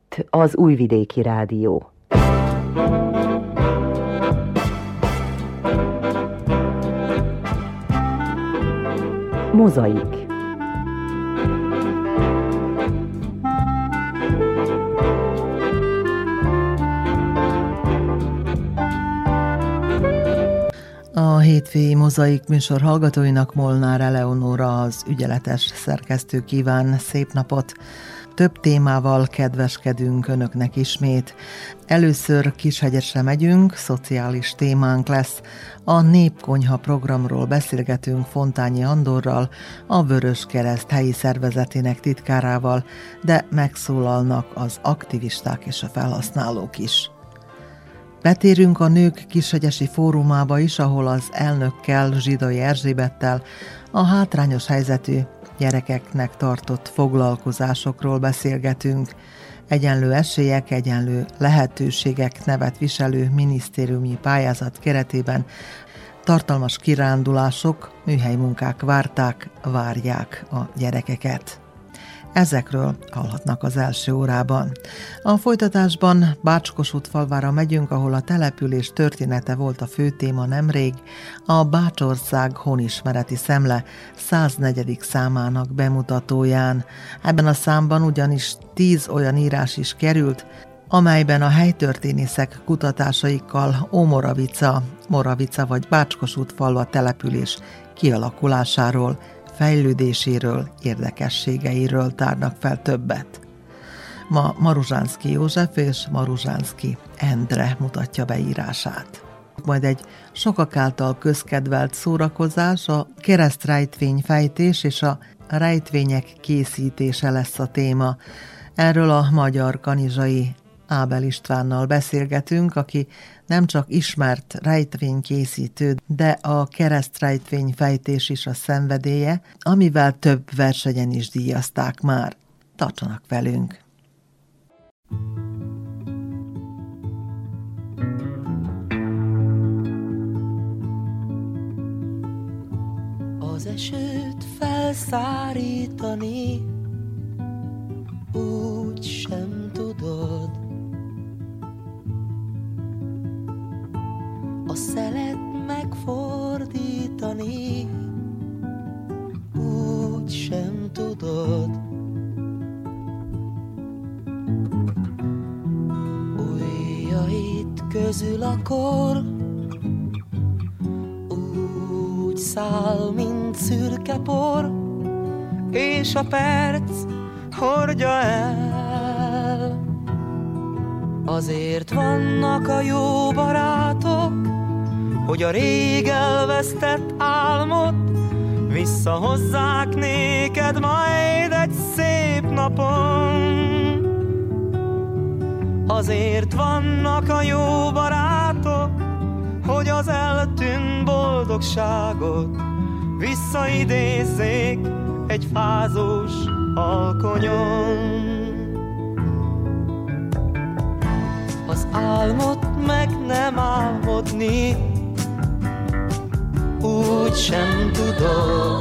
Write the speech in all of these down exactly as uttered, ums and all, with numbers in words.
Itt az Újvidéki Rádió. Mozaik. A hétfői Mozaik műsor hallgatóinak Molnár Eleonóra, az ügyeletes szerkesztő kíván szép napot. Több témával kedveskedünk önöknek ismét. Először Kishegyesre megyünk, szociális témánk lesz. A Népkonyha programról beszélgetünk Fontányi Andorral, a Vöröskereszt helyi szervezetének titkárával, de megszólalnak az aktivisták és a felhasználók is. Betérünk a Nők Kishegyesi Fórumába is, ahol az elnökkel, Zsidai Erzsébettel a hátrányos helyzetű gyerekeknek tartott foglalkozásokról beszélgetünk. Egyenlő esélyek, egyenlő lehetőségek nevet viselő minisztériumi pályázat keretében tartalmas kirándulások, műhelymunkák várták, várják a gyerekeket. Ezekről hallhatnak az első órában. A folytatásban Bács-Kossuth-Falvára megyünk, ahol a település története volt a fő téma nemrég, a Bácsország honismereti szemle száznegyedik számának bemutatóján. Ebben a számban ugyanis tíz olyan írás is került, amelyben a helytörténészek kutatásaikkal Ómoravica, Moravica vagy Bács-Kossuth-Falva település kialakulásáról, fejlődéséről, érdekességeiről tárnak fel többet. Ma Maruzsánszky József és Maruzsánszky Endre mutatja be írását. Majd egy sokak által közkedvelt szórakozás, a keresztrejtvényfejtés és a rejtvények készítése lesz a téma. Erről a magyar kanizsai Ábel Istvánnal beszélgetünk, aki nem csak ismert rejtvénykészítő, de a keresztrejtvényfejtés is a szenvedélye, amivel több versenyen is díjazták már. Tartsanak velünk! Az esőt felszárítani úgy sem tudod, a szelet megfordítani úgy sem tudod. Ujjaid közül akkor úgy száll, mint szürke por, és a perc hordja el. Azért vannak a jó barátok, hogy a rég elvesztett álmot visszahozzák néked majd egy szép napon. Azért vannak a jó barátok, hogy az eltűnt boldogságot visszaidézzék egy fázós alkonyon. Az álmot meg nem álmodni úgy sem tudod,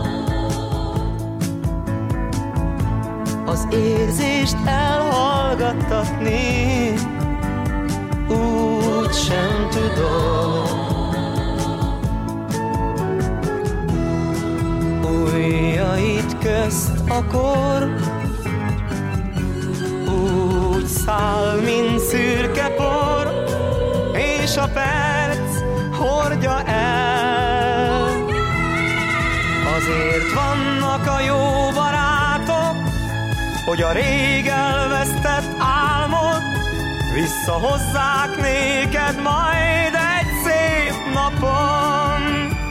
az érzést elhallgattatni úgy sem tudod. Ujjaid közt akkor úgy száll, mint szürke por, és a perc hordja el. Azért vannak a jó barátok, hogy a rég elvesztett álmot visszahozzák néked majd egy szép napon.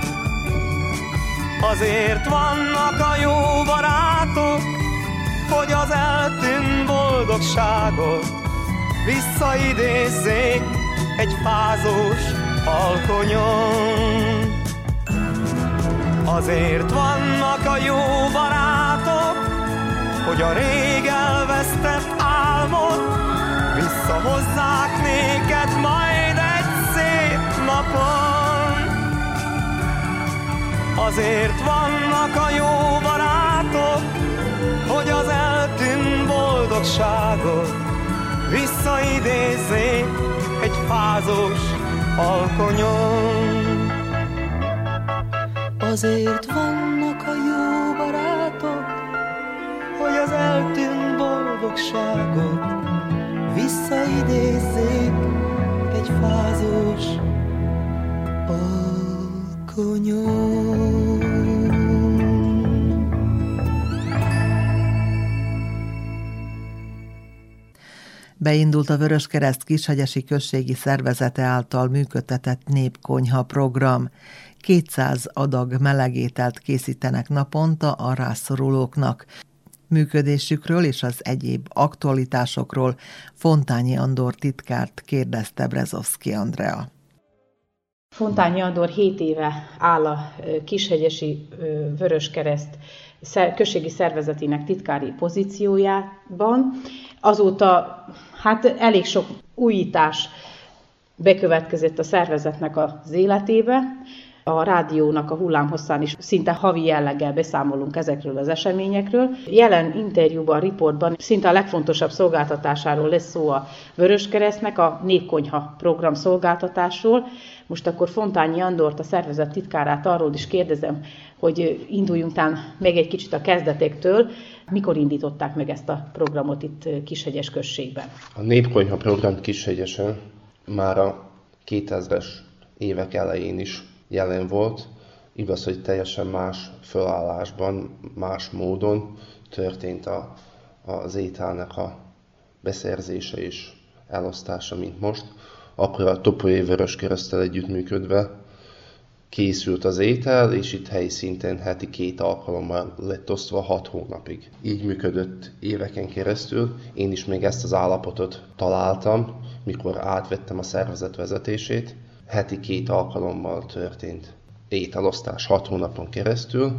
Azért vannak a jó barátok, hogy az eltűnt boldogságot visszaidézzék egy fázós alkonyon. Azért vannak a jó barátok, hogy a rég elvesztett álmot visszahozzák néked majd egy szép napon. Azért vannak a jó barátok, hogy az eltűnt boldogságot visszaidézzék egy fázós alkonyon. Azért vannak a jó barátok, hogy az eltűnt boldogságot visszaidézzék egy fázós alkonyon. Beindult a Vöröskereszt Kishegyesi Községi Szervezete által működtetett népkonyha program. kétszáz adag melegételt készítenek naponta a rászorulóknak. Működésükről és az egyéb aktualitásokról Fontányi Andor titkárt kérdezte Brezovszky Andrea. Fontányi Andor hét éve áll a Kishegyesi Vöröskereszt községi szervezetének titkári pozíciójában. Azóta hát elég sok újítás bekövetkezett a szervezetnek az életébe. A rádiónak a hullámhosszán is szinte havi jelleggel beszámolunk ezekről az eseményekről. Jelen interjúban, a riportban szinte a legfontosabb szolgáltatásáról lesz szó a Vöröskeresztnek, a népkonyha program szolgáltatásról. Most akkor Fontányi Andort, a szervezet titkárát arról is kérdezem, hogy induljunk tán meg egy kicsit a kezdetektől. Mikor indították meg ezt a programot itt Kishegyes községben? A népkonyha program Kishegyesen már a kétezres évek elején is jelen volt. Igaz, hogy teljesen más fölállásban, más módon történt a, az ételnek a beszerzése és elosztása, mint most. Akkor a Topolyai Vöröskereszttel együttműködve készült az étel, és itt helyi szinten heti két alkalommal lett osztva hat hónapig. Így működött éveken keresztül. Én is még ezt az állapotot találtam, mikor átvettem a szervezet vezetését. Heti két alkalommal történt ételosztás hat hónapon keresztül,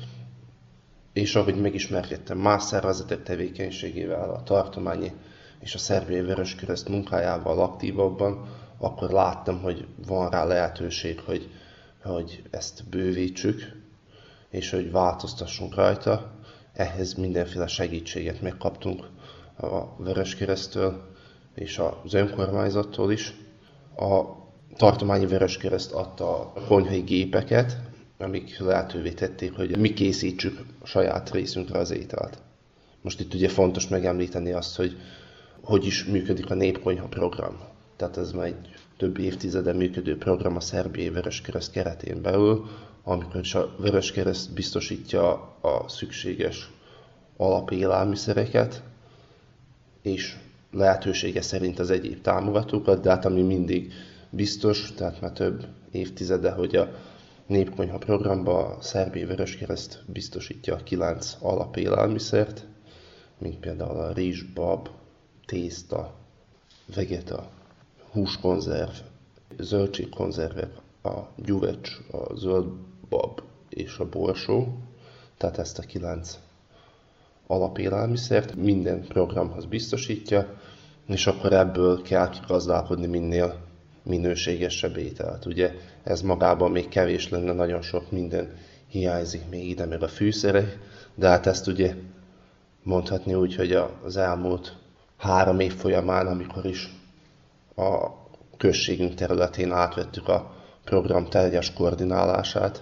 és ahogy megismerkedtem más szervezetek tevékenységével, a tartományi és a Szerbiai Vöröskereszt munkájával aktívabban, akkor láttam, hogy van rá lehetőség, hogy, hogy ezt bővítsük, és hogy változtassunk rajta. Ehhez mindenféle segítséget megkaptunk a Vöröskereszttől és az önkormányzattól is. A tartományi Vöröskereszt adta a konyhai gépeket, amik lehetővé tették, hogy mi készítsük a saját részünkre az ételt. Most itt ugye fontos megemlíteni azt, hogy hogy is működik a népkonyha program. Tehát ez már egy több évtizede működő program a Szerbiai Vöröskereszt keretén belül, amikor is a Vöröskereszt biztosítja a szükséges alapélelmiszereket, és lehetősége szerint az egyéb támogatókat, de hát ami mindig biztos, tehát már több évtizede, hogy a népkonyha programban a Szerbiai Vöröskereszt biztosítja a kilenc alapélelmiszert, mint például a rizs, bab, tészta, vegeta, húskonzerv, zöldségkonzervek, a gyümölcs, a zöld bab és a borsó, tehát ezt a kilenc alapélelmiszert minden programhoz biztosítja, és akkor ebből kell kigazdálkodni minél minőségesebb ételt. Ugye ez magában még kevés lenne, nagyon sok minden hiányzik még ide, meg a fűszerek, de hát ezt ugye mondhatni úgy, hogy az elmúlt három év folyamán, amikor is a községünk területén átvettük a program teljes koordinálását,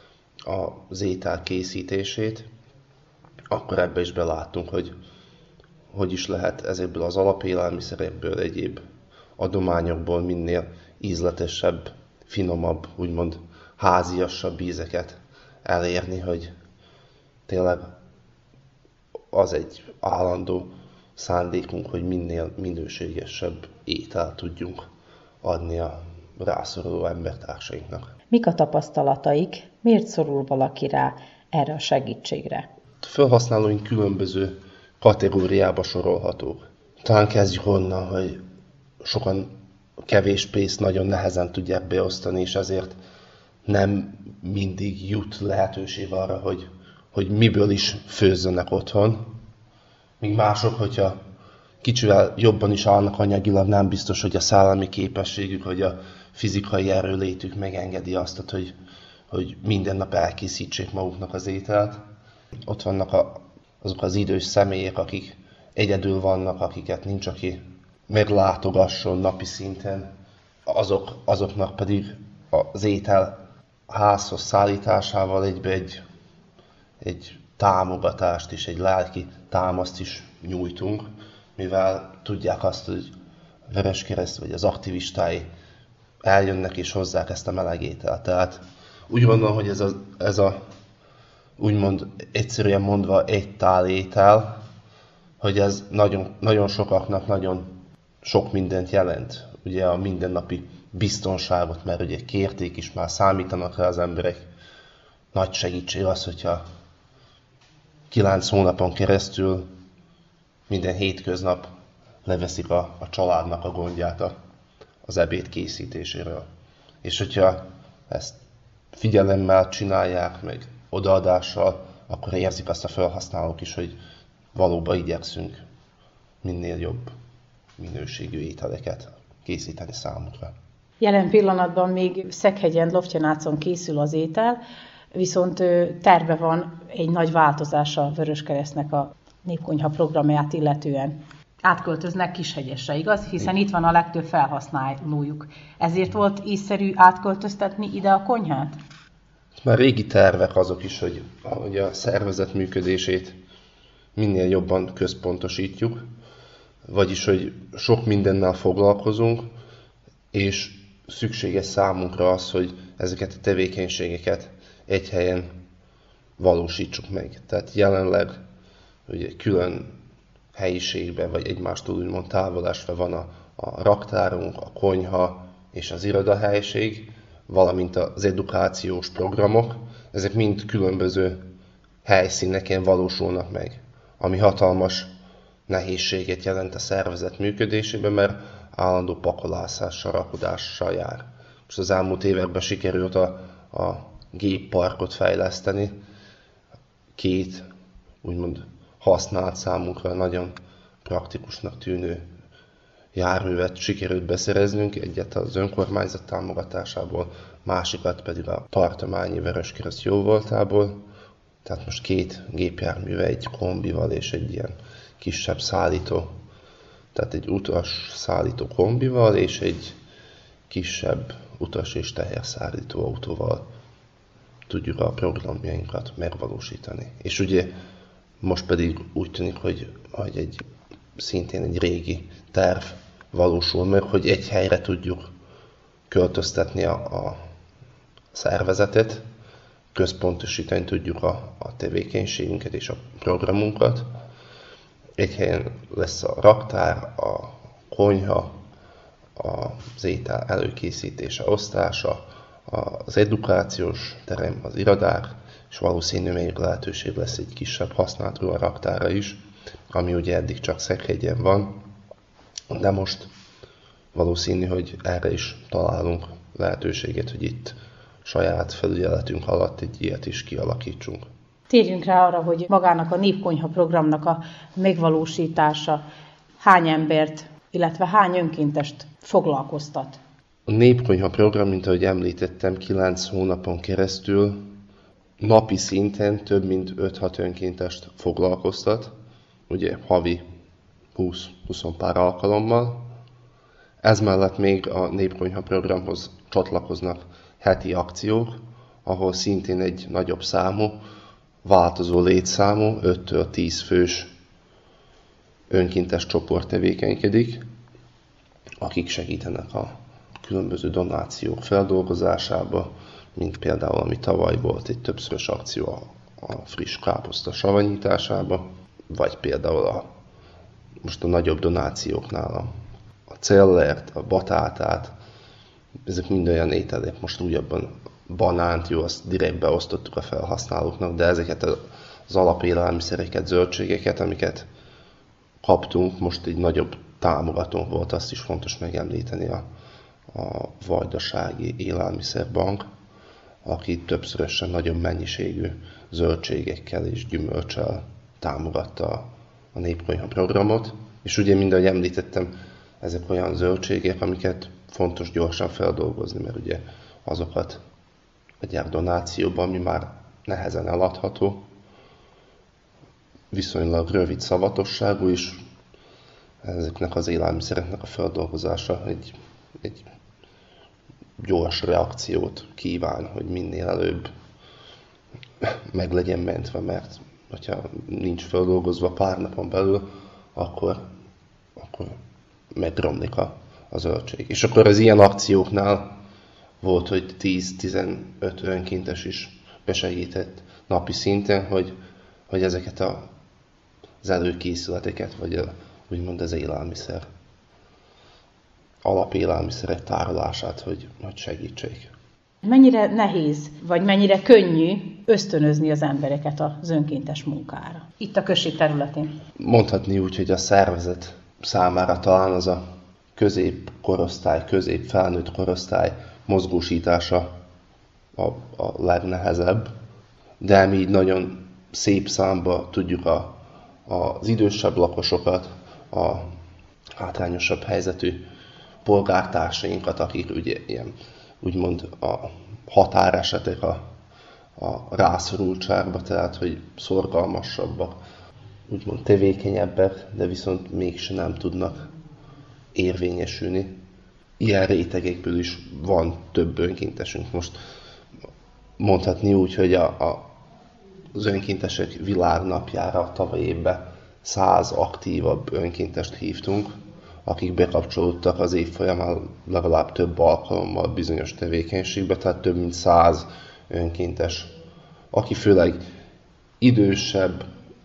az étel készítését, akkor ebbe is beláttunk, hogy hogy is lehet ezekből az alapélelmiszerekből, egyéb adományokból minél ízletesebb, finomabb, úgymond háziasabb ízeket elérni, hogy tényleg az egy állandó szándékunk, hogy minél minőségesebb ételt tudjunk adni a rászoruló embertársainknak. Mik a tapasztalataik? Miért szorul valaki rá erre a segítségre? A felhasználóink különböző kategóriába sorolhatók. Talán kezdjük onnan, hogy sokan kevés pénzt nagyon nehezen tudják beosztani, és ezért nem mindig jut lehetőség arra, hogy, hogy miből is főzzenek otthon. Míg mások, hogyha kicsivel jobban is állnak anyagilag, nem biztos, hogy a szellemi képességük, vagy a fizikai erőlétük megengedi azt, hogy, hogy minden nap elkészítsék maguknak az ételt. Ott vannak a, azok az idős személyek, akik egyedül vannak, akiket nincs, aki meglátogasson napi szinten, azok, azoknak pedig az étel házhoz szállításával egybe egy, egy támogatást is, egy lelki támaszt is nyújtunk, mivel tudják azt, hogy a Vöröskereszt vagy az aktivistái eljönnek és hozzák ezt a meleg ételt. Tehát úgy gondolom, hogy ez a, ez a úgymond egyszerűen mondva egy tál étel, hogy ez nagyon, nagyon sokaknak nagyon sok mindent jelent. Ugye a mindennapi biztonságot, mert ugye kérték is, már számítanak rá az emberek. Nagy segítség az, hogyha kilenc hónapon keresztül minden hétköznap leveszik a, a családnak a gondját a, az ebéd készítéséről. És hogyha ezt figyelemmel csinálják, meg odaadással, akkor érzik azt a felhasználók is, hogy valóban igyekszünk minél jobb minőségű ételeket készíteni számukra. Jelen pillanatban még Szeghegyen, Loftyanácon készül az étel, viszont terve van egy nagy változás a Vöröskeresztnek a népkonyha programját illetően. Átköltöznek Kishegyesre, igaz? Hiszen itt van a legtöbb felhasználójuk. Ezért volt észszerű átköltöztetni ide a konyhát? Már régi tervek azok is, hogy, hogy a szervezet működését minél jobban központosítjuk, vagyis, hogy sok mindennel foglalkozunk, és szükséges számunkra az, hogy ezeket a tevékenységeket egy helyen valósítsuk meg. Tehát jelenleg ugye külön helyiségben, vagy egymástól úgymond távol esve van a, a raktárunk, a konyha és az irodahelyiség, valamint az edukációs programok. Ezek mind különböző helyszíneken valósulnak meg, ami hatalmas nehézséget jelent a szervezet működésében, mert állandó pakolászással, rakodással jár. Most az elmúlt években sikerült a, a gépparkot fejleszteni, két úgymond használt számunkra nagyon praktikusnak tűnő járművet sikerült beszereznünk, egyet az önkormányzat támogatásából, másikat pedig a tartományi Vöröskereszt jóvoltából. Tehát most két gépjárműve, egy kombival és egy ilyen kisebb szállító, tehát egy utas szállító kombival és egy kisebb utas és teherszállító autóval tudjuk a programjainkat megvalósítani. És ugye most pedig úgy tűnik, hogy, hogy egy, szintén egy régi terv valósul meg, hogy egy helyre tudjuk költöztetni a, a szervezetet, központosítani tudjuk a, a tevékenységünket és a programunkat. Egy helyen lesz a raktár, a konyha, az étel előkészítése, osztása, az edukációs terem, az irodák, és valószínű még lehetőség lesz egy kisebb használt raktára is, ami ugye eddig csak Szeghegyen van, de most valószínű, hogy erre is találunk lehetőséget, hogy itt saját felügyeletünk alatt egy ilyet is kialakítsunk. Térjünk rá arra, hogy magának a népkonyha programnak a megvalósítása hány embert, illetve hány önkéntest foglalkoztat? A népkonyha program, mint ahogy említettem, kilenc hónapon keresztül napi szinten több mint öt-hat önkéntest foglalkoztat, ugye havi húsz-húsz pár alkalommal. Ez mellett még a népkonyha programhoz csatlakoznak heti akciók, ahol szintén egy nagyobb számú, változó létszámú, öttől tíz fős önkéntes csoport tevékenykedik, akik segítenek a különböző donációk feldolgozásába, mint például, ami tavaly volt egy többszörös akció a, a friss káposzta savanyításába, vagy például a, most a nagyobb donációknál a, a cellert, a batátát, ezek mind olyan ételek, most újabban banánt, jó, azt direkt beosztottuk a felhasználóknak, de ezeket az alapélelmiszereket, zöldségeket, amiket kaptunk, most egy nagyobb támogatónk volt, azt is fontos megemlíteni, a, a Vajdasági Élelmiszerbank, aki többszörösen nagyobb mennyiségű zöldségekkel és gyümölccsel támogatta a népkonyha programot. És ugye, mind ahogy említettem, ezek olyan zöldségek, amiket fontos gyorsan feldolgozni, mert ugye azokat adják donációban, ami már nehezen eladható, viszonylag rövid szavatosságú is, ezeknek az élelmiszereknek a feldolgozása egy, egy gyors reakciót kíván, hogy minél előbb meg legyen mentve, mert ha nincs feldolgozva pár napon belül, akkor, akkor megromlik a, a zöldség. És akkor az ilyen akcióknál volt, hogy tíz-tizenöt önkéntes is besegített napi szinten, hogy, hogy ezeket a, az előkészületeket, vagy a, úgymond az élelmiszer, alapélelmiszerek tárolását, hogy, hogy segítsék. Mennyire nehéz, vagy mennyire könnyű ösztönözni az embereket az önkéntes munkára? Itt a község területén. Mondhatni úgy, hogy a szervezet számára talán az a középkorosztály, középfelnőtt korosztály mozgósítása a, a legnehezebb, de mi így nagyon szép számba tudjuk a, az idősebb lakosokat, a hátrányosabb helyzetű polgártársainkat, akik ugye ilyen úgymond a határesetek a, a rászorultságba, tehát hogy szorgalmasabbak, úgymond tevékenyebbek, de viszont mégsem nem tudnak érvényesülni. Ilyen rétegekből is van több önkéntesünk. Most mondhatni úgy, hogy a, a, az önkéntesek világnapjára tavaly évben száz aktívabb önkéntest hívtunk, akik bekapcsolódtak az év folyamán legalább több alkalommal bizonyos tevékenységbe, tehát több mint száz önkéntes, aki főleg idősebb,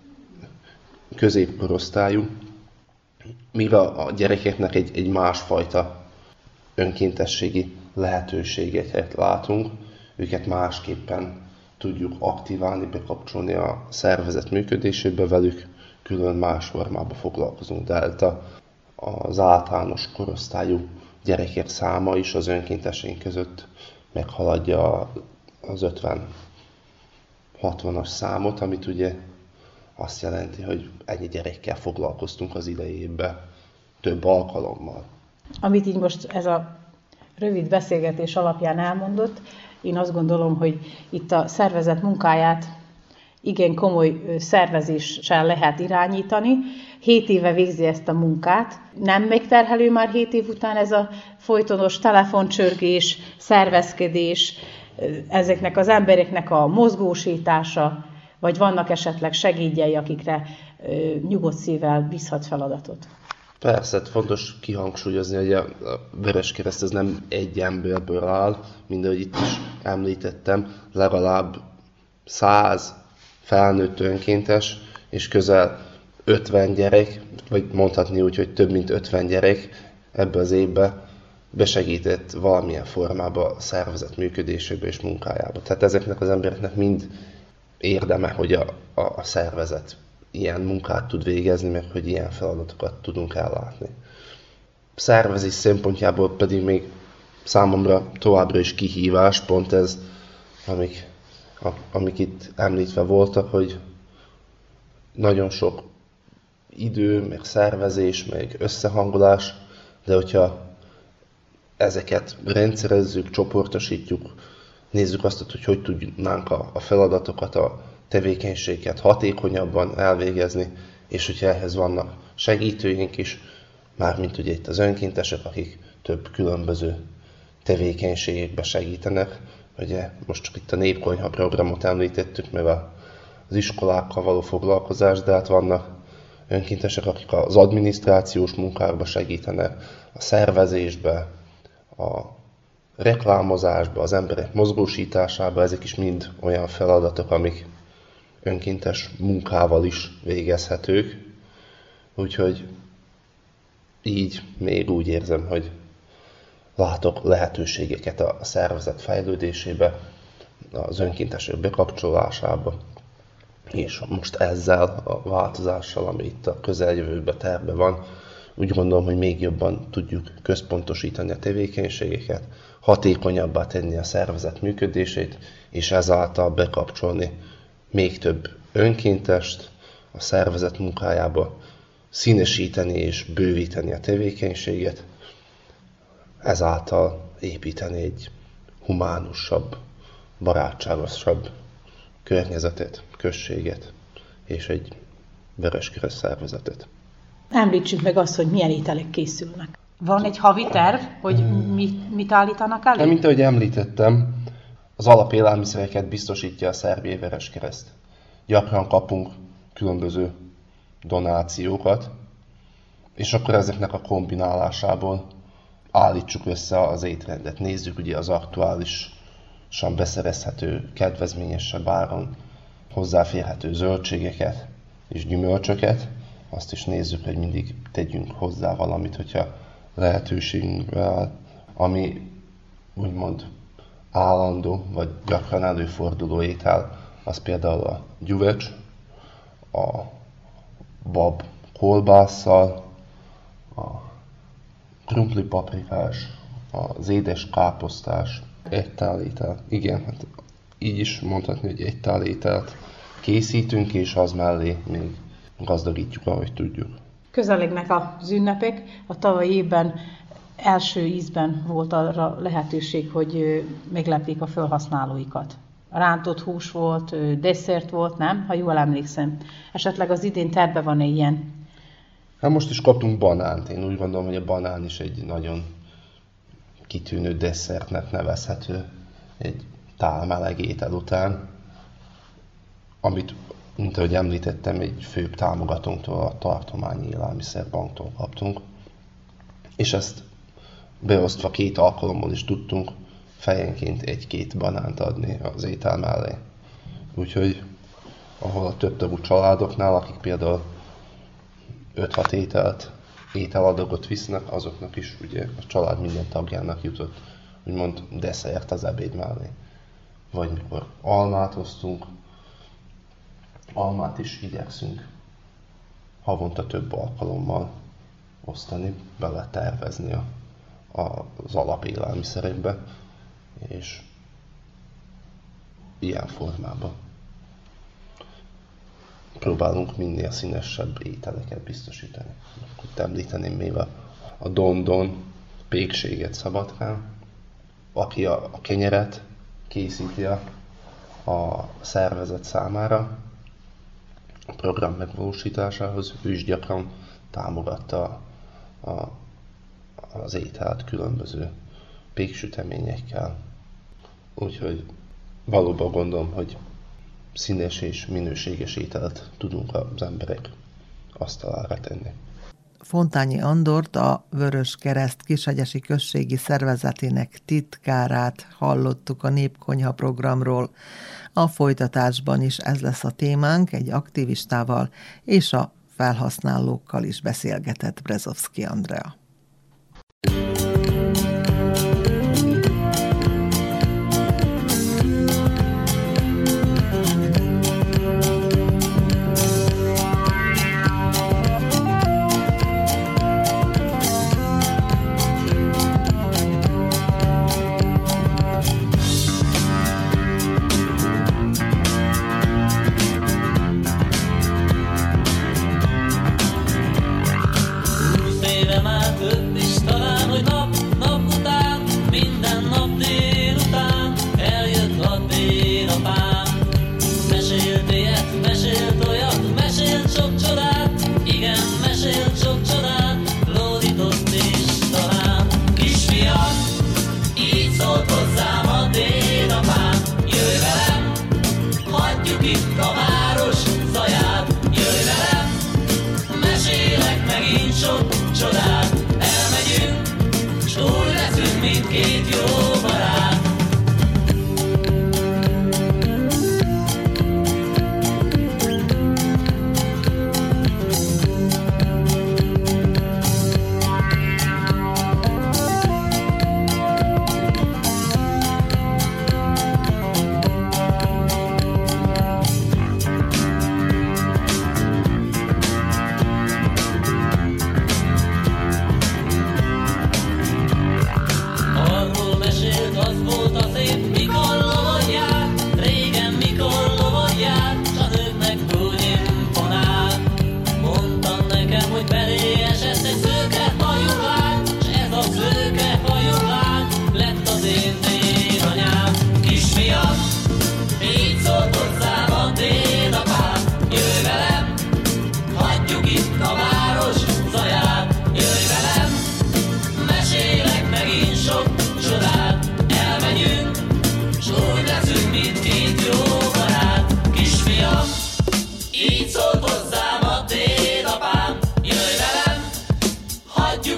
középkorosztályú, míg a gyerekeknek egy, egy másfajta önkéntességi lehetőségeket látunk, őket másképpen tudjuk aktiválni, bekapcsolni a szervezet működésébe, velük külön más formában foglalkozunk, de az általános korosztályú gyerekek száma is az önkénteseink között meghaladja az ötven-hatvanas számot, amit ugye azt jelenti, hogy ennyi gyerekkel foglalkoztunk az idejében több alkalommal. Amit így most ez a rövid beszélgetés alapján elmondott, én azt gondolom, hogy itt a szervezet munkáját igen komoly szervezéssel lehet irányítani. Hét éve végzi ezt a munkát. Nem megterhelő már hét év után ez a folytonos telefoncsörgés, szervezkedés, ezeknek az embereknek a mozgósítása, vagy vannak esetleg segédjei, akikre nyugodt szívvel bízhat feladatot? Persze, fontos kihangsúlyozni, hogy a Vöröskereszt ez nem egy emberből áll, mint ahogy itt is említettem, legalább száz felnőtt önkéntes, és közel ötven gyerek, vagy mondhatni úgy, hogy több mint ötven gyerek ebbe az évben besegített valamilyen formában a szervezet működésébe és munkájába. Tehát ezeknek az embereknek mind érdeme, hogy a, a, a szervezet ilyen munkát tud végezni, meg hogy ilyen feladatokat tudunk ellátni. Szervezés szempontjából pedig még számomra továbbra is kihívás, pont ez, amik, a, amik itt említve voltak, hogy nagyon sok idő, meg szervezés, meg összehangolás, de hogyha ezeket rendszerezzük, csoportosítjuk, nézzük azt, hogy hogy tudnánk a, a feladatokat, a tevékenységet hatékonyabban elvégezni, és hogyha ehhez vannak segítőink is, mármint ugye itt az önkéntesek, akik több különböző tevékenységekbe segítenek. Ugye most csak itt a népkonyha programot említettük, meg az iskolákkal való foglalkozás, de hát vannak önkéntesek, akik az adminisztrációs munkákba segítenek, a szervezésbe, a reklámozásba, az emberek mozgósításába, ezek is mind olyan feladatok, amik önkéntes munkával is végezhetők. Úgyhogy így még úgy érzem, hogy látok lehetőségeket a szervezet fejlődésébe, az önkéntesek bekapcsolásába, és most ezzel a változással, ami itt a közeljövőben tervben van, úgy gondolom, hogy még jobban tudjuk központosítani a tevékenységeket, hatékonyabbá tenni a szervezet működését, és ezáltal bekapcsolni még több önkéntest a szervezet munkájába, színesíteni és bővíteni a tevékenységet, ezáltal építeni egy humánusabb, barátságosabb környezetet, községet és egy Vöröskereszt szervezetet. Említsük meg azt, hogy milyen ételek készülnek. Van egy havi terv, hogy mit, mit állítanak elő? De mint ahogy említettem, az alapélelmiszereket biztosítja a Szerbiai Vöröskereszt. Gyakran kapunk különböző donációkat, és akkor ezeknek a kombinálásából állítsuk össze az étrendet. Nézzük ugye az aktuálisan beszerezhető, kedvezményesebb áron hozzáférhető zöldségeket és gyümölcsöket. Azt is nézzük, hogy mindig tegyünk hozzá valamit, hogyha lehetőségünkre, ami úgymond állandó, vagy gyakran előforduló étel, az például a gyümölcs, a bab kolbásszal, a krumpli paprikás, az édes káposztás, egy tál étel. Igen, hát így is mondhatni, hogy egy tál ételt készítünk, és az mellé még gazdagítjuk, ahogy tudjuk. Közelegnek az ünnepek. A tavalyi évben első ízben volt arra lehetőség, hogy meglepték a felhasználóikat. Rántott hús volt, desszert volt, nem? Ha jól emlékszem. Esetleg az idén terve van-e ilyen? Hát most is kaptunk banánt. Én úgy gondolom, hogy a banán is egy nagyon kitűnő desszertnek nevezhető egy tál meleg étel után, amit, mint ahogy említettem, egy főbb támogatónktól, a Tartományi Élelmiszerbanktól kaptunk. És ezt beosztva két alkalommal is tudtunk fejenként egy-két banánt adni az étel mellé. Úgyhogy ahol a több tagú családoknál, akik például öt-hat ételt, ételadagot visznek, azoknak is ugye a család minden tagjának jutott úgymond desszert az ebéd mellé. Vagy mikor almát osztunk, almát is igyekszünk havonta több alkalommal osztani, bele tervezni a, a, az alapélelmiszerekbe, és ilyen formában próbálunk minél színesebb ételeket biztosítani. Itt említeném még a, a Dondon pékséget Szabadkán, aki a, a kenyeret készíti a, a szervezet számára a program megvalósításához, ő is gyakran támogatta a, a, az ételt különböző péksüteményekkel. Úgyhogy valóban gondolom, hogy színes és minőséges ételt tudunk az emberek asztalára tenni. Fontányi Andort, a Vöröskereszt Kishegyesi Községi Szervezetének titkárát hallottuk a Népkonyha programról. A folytatásban is ez lesz a témánk, egy aktivistával és a felhasználókkal is beszélgetett Brezovszky Andrea. Csodát, elmegy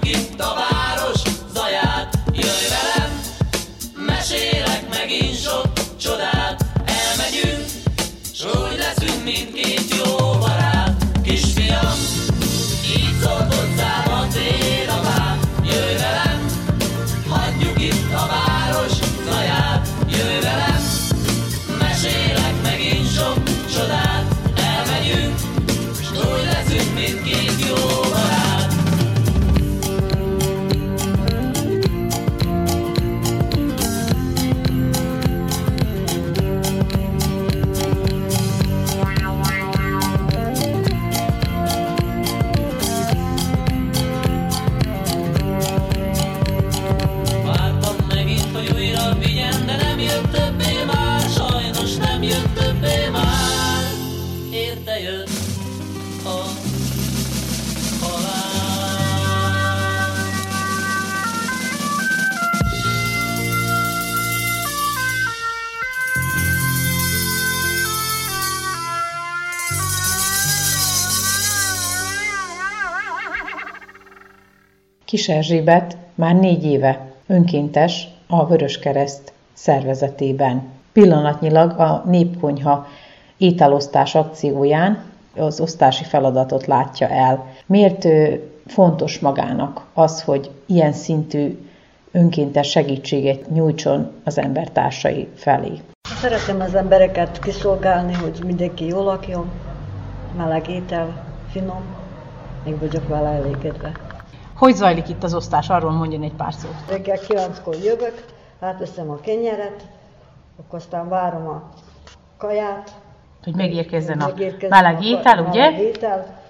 itt a város zaját. Jöjj velem, mesélek megint sok csodát. Elmegyünk, s úgy leszünk mindkét jó barát. Kisfiam, így szólt hozzám a célapám. Jöjj velem, hagyjuk itt a város zaját. Jöjj velem, mesélek megint sok csodát. Elmegyünk, s úgy leszünk mindkét jó barát. Kis Erzsébet már négy éve önkéntes a Vöröskereszt szervezetében. Pillanatnyilag a Népkonyha ételosztás akcióján az osztási feladatot látja el. Miért fontos magának az, hogy ilyen szintű önkéntes segítséget nyújtson az embertársai felé? Szeretem az embereket kiszolgálni, hogy mindenki jól lakjon, meleg étel, finom, még vagyok vele elégedve. Hogy zajlik itt az osztás? Arról mondjon egy pár szót. Reggel kilenckor jövök, átveszem a kenyeret, akkor aztán várom a kaját. Hogy megérkezzen a meleg étel, ugye? Meleg étel.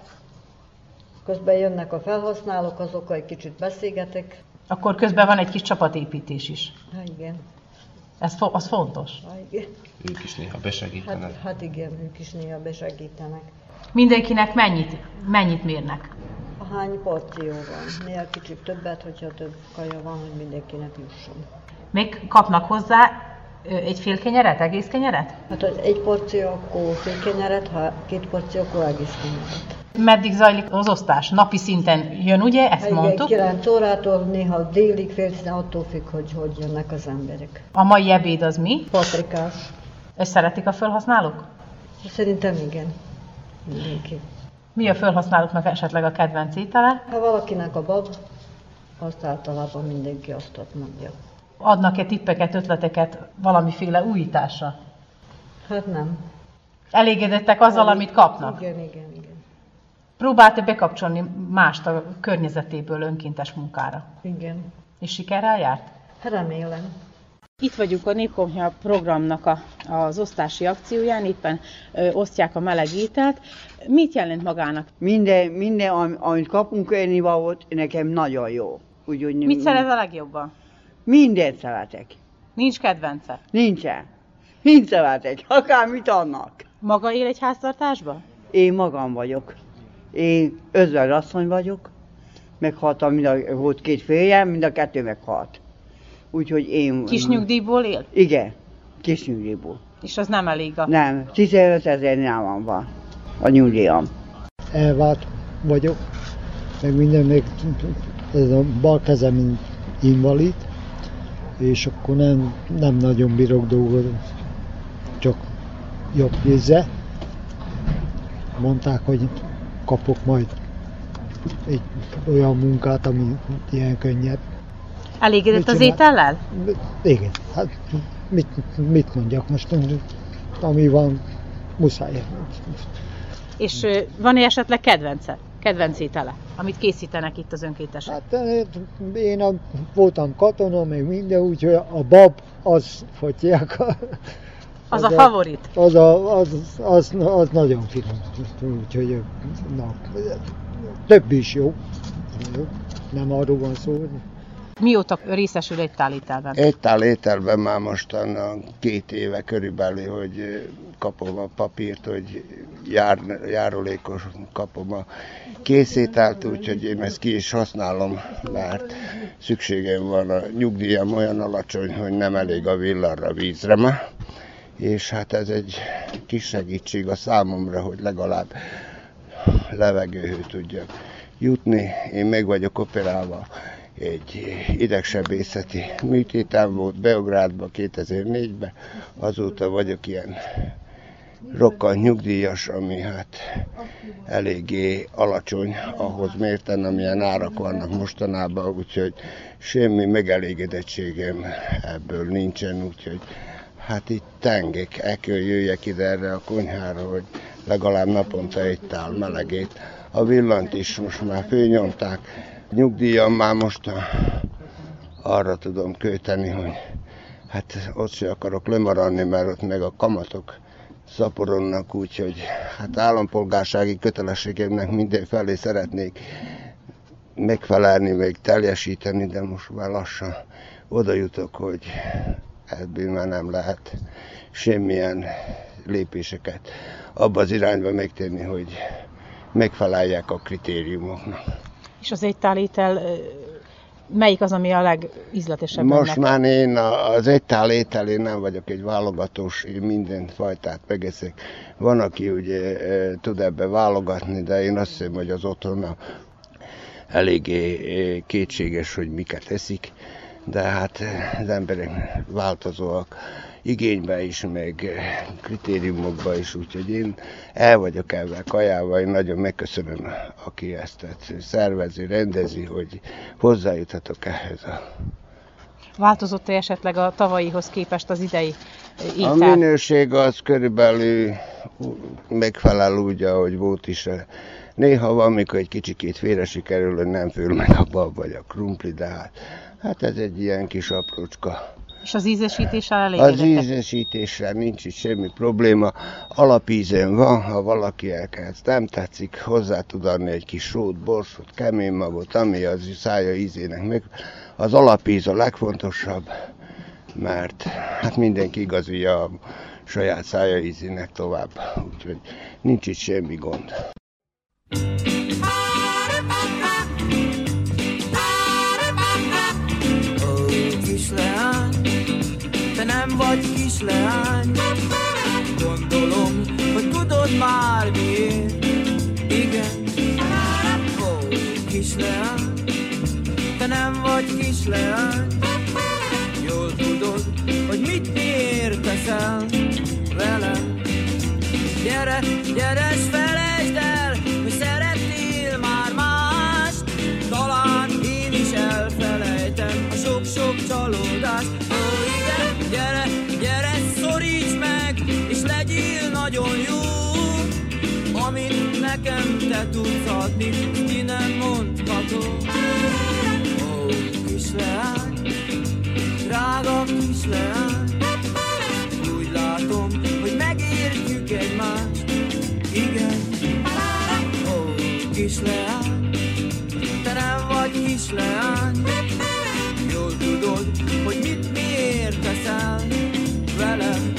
Közben jönnek a felhasználók, azokkal egy kicsit beszélgetek. Akkor közben van egy kis csapatépítés is. Ha igen. Ez fo- az fontos. Ha igen. Ők is néha besegítenek. Hát, hát igen, ők is néha besegítenek. Mindenkinek mennyit, mennyit mérnek? Hány porció van? Néha kicsit többet, hogyha több kaja van, hogy mindenkinek jusson. Még kapnak hozzá egy fél kenyeret, egész kenyeret? Hát az egy porció, akkor fél kenyeret, ha két porció, akkor egész kenyeret. Meddig zajlik az osztás? Napi szinten jön, ugye? Ezt igen, mondtuk. kilenc órától, néha délig, fél tizen, attól függ, hogy hogy jönnek az emberek. A mai ebéd az mi? Paprikás. Ezt szeretik a felhasználók? Szerintem igen. Mindenki. Mi a felhasználóknak esetleg a kedvenc étele? Ha valakinek a bab, azt általában mindenki azt mondja. Adnak-e tippeket, ötleteket valamiféle újításra? Hát nem. Elégedettek azzal, Elég... amit kapnak? Igen, igen, igen. Próbált-e bekapcsolni mást a környezetéből önkéntes munkára? Igen. És sikerrel járt? Remélem. Itt vagyunk a Népkonyha programnak a, az osztási akcióján, éppen ö, osztják a meleg ételt. Mit jelent magának? Minden, minden amit kapunk ennivalót, nekem nagyon jó. Úgy, Mit mind... szeret a legjobban? Mindent szeretek. Nincs kedvence? Nincsen. Mind szeretek, akármit annak. Maga él egy háztartásban? Én magam vagyok. Én özvegy vagyok. Meghaltam, mind a, volt két férjem, mind a kettő meghalt. Úgyhogy én... Kis nyugdíjból él? Igen, kis nyugdíjból. És az nem elég a... Nem, tizenöt ezer nálam van a nyugdíjam. Elvált vagyok, meg minden, még ez a bal kezem invalid, és akkor nem, nem nagyon bírok dolgozni, csak jobb kézzel. Mondták, hogy kapok majd egy olyan munkát, ami ilyen könnyebb. Elégedett az étellel? Igen, hát mit, mit mondjak most, ami van, muszáj. És van-e esetleg kedvence? Kedvenc étele, amit készítenek itt az önkéntesek? Hát én a, voltam katona, meg minden, úgyhogy a bab, az fogyják. Az, az a favorit? Az, a, az, az, az nagyon finom, úgyhogy na, több is jó. Nem arról van szó. Mióta részesül egy tál ételben? Egy tál ételben már mostan két éve körülbelül, hogy kapom a papírt, hogy jár, járulékos kapom a készételt, úgyhogy én ezt ki is használom, mert szükségem van, a nyugdíjam olyan alacsony, hogy nem elég a villanra, vízre már. És hát ez egy kis segítség a számomra, hogy legalább levegőhőt tudjak jutni. Én meg vagyok operálva. Egy idegsebészeti műtétem volt Beográdban kétezer-négyben, azóta vagyok ilyen rokkant nyugdíjas, ami hát eléggé alacsony ahhoz mérten, amilyen árak vannak mostanában, úgyhogy semmi megelégedettségem ebből nincsen, úgyhogy hát itt tengek, el kell jöjjek ide erre a konyhára, hogy legalább naponta egy tál melegét. A villant is most már fölnyomták. Nyugdíjam már most arra tudom költeni, hogy hát ott se akarok lemaradni, mert ott meg a kamatok szaporodnak, úgyhogy hát állampolgársági kötelességemnek mindenfelé szeretnék megfelelni, még teljesíteni, de most már lassan oda jutok, hogy ebből már nem lehet semmilyen lépéseket abba az irányba megtenni, hogy megfelelják a kritériumoknak. És az egy tál étel, melyik az, ami a legízletesebb? Most önnek? már én az egy tál étel, én nem vagyok egy válogatós, én minden fajtát megeszek. Van, aki ugye tud ebbe válogatni, de én azt hiszem, hogy az otthon eléggé kétséges, hogy miket eszik. De hát az emberek változóak igényben is, meg kritériumokban is, úgyhogy én el vagyok ezzel kajával, én nagyon megköszönöm, aki ezt szervezi, rendezi, hogy hozzájuthatok ehhez. A... Változott-e esetleg a tavalyihoz képest az idei étel? A minőség az körülbelül megfelel úgy, ahogy volt is. Néha van, mikor egy kicsikét félre sikerül, hogy nem fül meg a bab vagy a krumpli, de hát, hát ez egy ilyen kis aprócska. És az ízesítéssel elégedettek? Az ízesítéssel nincs itt semmi probléma. Alapízen van, ha valaki elkezd nem tetszik, hozzá tud adni egy kis sót, borsot, kemény magot, ami az szája ízének meg. Az alapíz a legfontosabb, mert hát mindenki igazolja a saját szája ízének tovább, úgyhogy nincs itt semmi gond. Ó, kisleány, te nem vagy kisleány, gondolom, hogy tudod már miért. Igen, ó, kisleány, te nem vagy kisleány, jól tudod, hogy mit miért teszel velem. Gyere, gyere, s felejtsd el, hogy szeretnél már mást. Talán én is elfelejtem a sok-sok csalódást. Ó, igen, gyere, gyere, szoríts meg, és legyél nagyon jó. Amit nekem te tudsz adni, ki nem mondható. Ó, kisleány, drága kisleány, úgy látom, hogy megértjük egymást. Igen, ó, kisleány, te nem vagy kisleány, jól tudod, hogy mit miért teszel velem.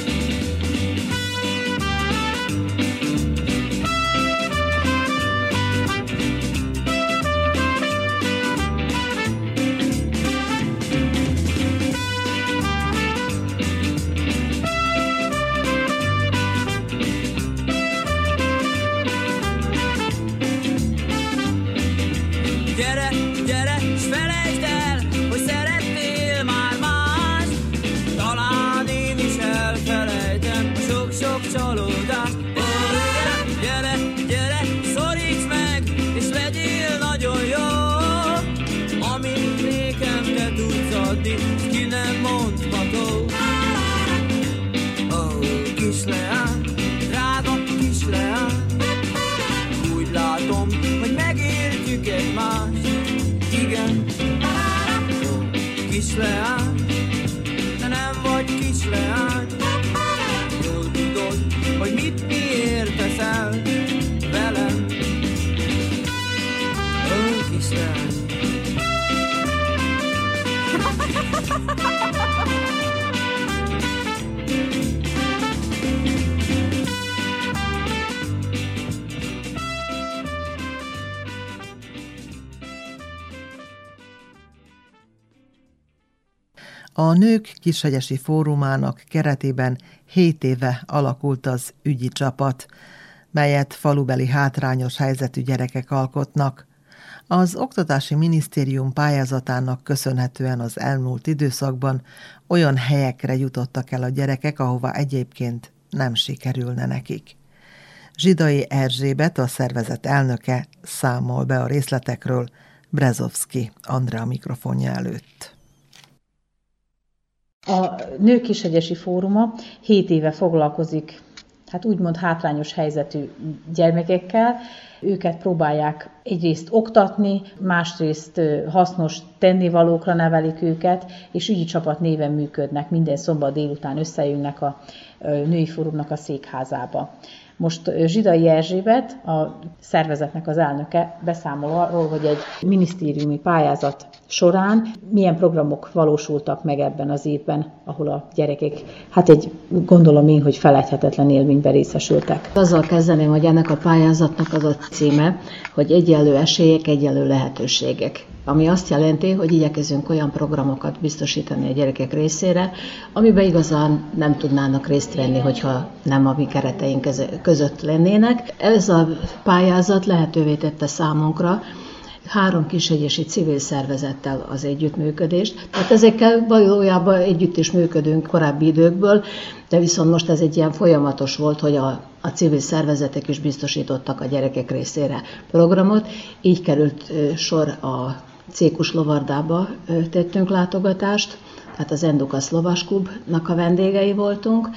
Gyere, gyere, s felejtsd el, hogy szeretnél már más. Talán én is elfelejtem a sok-sok csalódást. Ó, igen, gyere, gyere, szoríts meg, és legyél nagyon jó. Amit nékem te tudsz adni, ki nem mondható. Ó, kisleány, drága kisleány, úgy látom, hogy megértjük egymást. Igen, ó, kisleány, te nem vagy kisleány, jól tudod, hogy mit miért teszel velem. Ó, kisleány. A Nők Kishegyesi Fórumának keretében hét éve alakult az ügyi csapat, melyet falubeli hátrányos helyzetű gyerekek alkotnak. Az Oktatási Minisztérium pályázatának köszönhetően az elmúlt időszakban olyan helyekre jutottak el a gyerekek, ahova egyébként nem sikerülne nekik. Zsidai Erzsébet, a szervezet elnöke számol be a részletekről Brezovszki Andrea mikrofonja előtt. A Nők Kishegyesi Fóruma hét éve foglalkozik hát úgymond hátrányos helyzetű gyermekekkel. Őket próbálják egyrészt oktatni, másrészt hasznos tennivalókra nevelik őket, és ügyi csapat néven működnek. Minden szombat délután összejönnek a Női Fórumnak a székházába. Most Zsidai Erzsébet, a szervezetnek az elnöke beszámol arról, hogy egy minisztériumi pályázat során milyen programok valósultak meg ebben az évben, ahol a gyerekek, hát egy gondolom én, hogy felejthetetlen élményben részesültek. Azzal kezdeném, hogy ennek a pályázatnak az a címe, hogy egyenlő esélyek, egyenlő lehetőségek. Ami azt jelenti, hogy igyekezünk olyan programokat biztosítani a gyerekek részére, amiben igazán nem tudnának részt venni, hogyha nem a mi kereteink között lennének. Ez a pályázat lehetővé tette számunkra három kishegyesi civil szervezettel az együttműködést. Tehát ezekkel valójában együtt is működünk korábbi időkből, de viszont most ez egy ilyen folyamatos volt, hogy a, a civil szervezetek is biztosítottak a gyerekek részére programot. Így került sor a Cékus Lovardába tettünk látogatást, tehát az Endukasz Lovasklubnak a vendégei voltunk.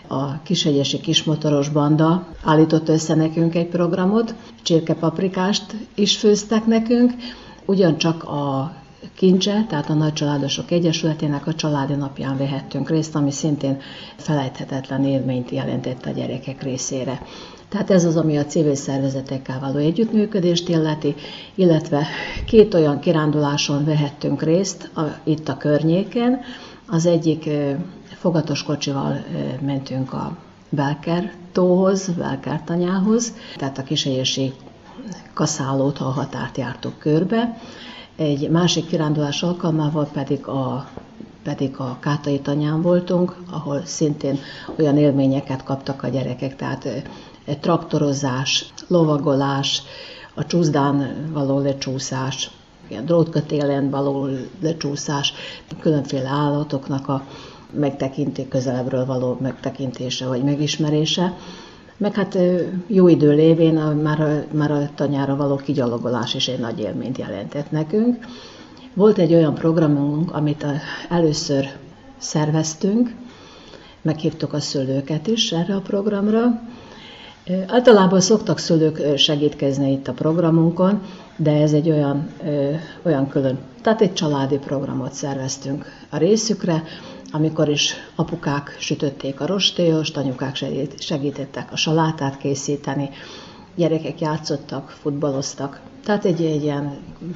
A Kishegyesi Kismotoros Banda állított össze nekünk egy programot, csirkepaprikást is főztek nekünk, ugyancsak a Kincse, tehát a Nagycsaládosok Egyesületének a családi napján vehettünk részt, ami szintén felejthetetlen élményt jelentett a gyerekek részére. Tehát ez az, ami a civil szervezetekkel való együttműködést illeti, illetve két olyan kiránduláson vehettünk részt a, itt a környéken. Az egyik fogatos kocsival mentünk a Belker tóhoz, Belker tanyához, tehát a kishegyesi kaszálót, a határt jártuk körbe. Egy másik kirándulás alkalmával pedig a, pedig a Kátai tanyán voltunk, ahol szintén olyan élményeket kaptak a gyerekek, tehát traktorozás, lovagolás, a csúszdán való lecsúszás, ilyen drótkötélen való lecsúszás, különféle állatoknak a megtekinté, közelebbről való megtekintése vagy megismerése. Meg hát jó idő lévén már a, már a tanyára való kigyalogolás is egy nagy élményt jelentett nekünk. Volt egy olyan programunk, amit először szerveztünk, meghívtuk a szülőket is erre a programra. Általában szoktak szülők segítkezni itt a programunkon, de ez egy olyan, ö, olyan külön, tehát egy családi programot szerveztünk a részükre, amikor is apukák sütötték a rostélyost, anyukák segítettek a salátát készíteni, gyerekek játszottak, futballoztak. Tehát egy, egy ilyen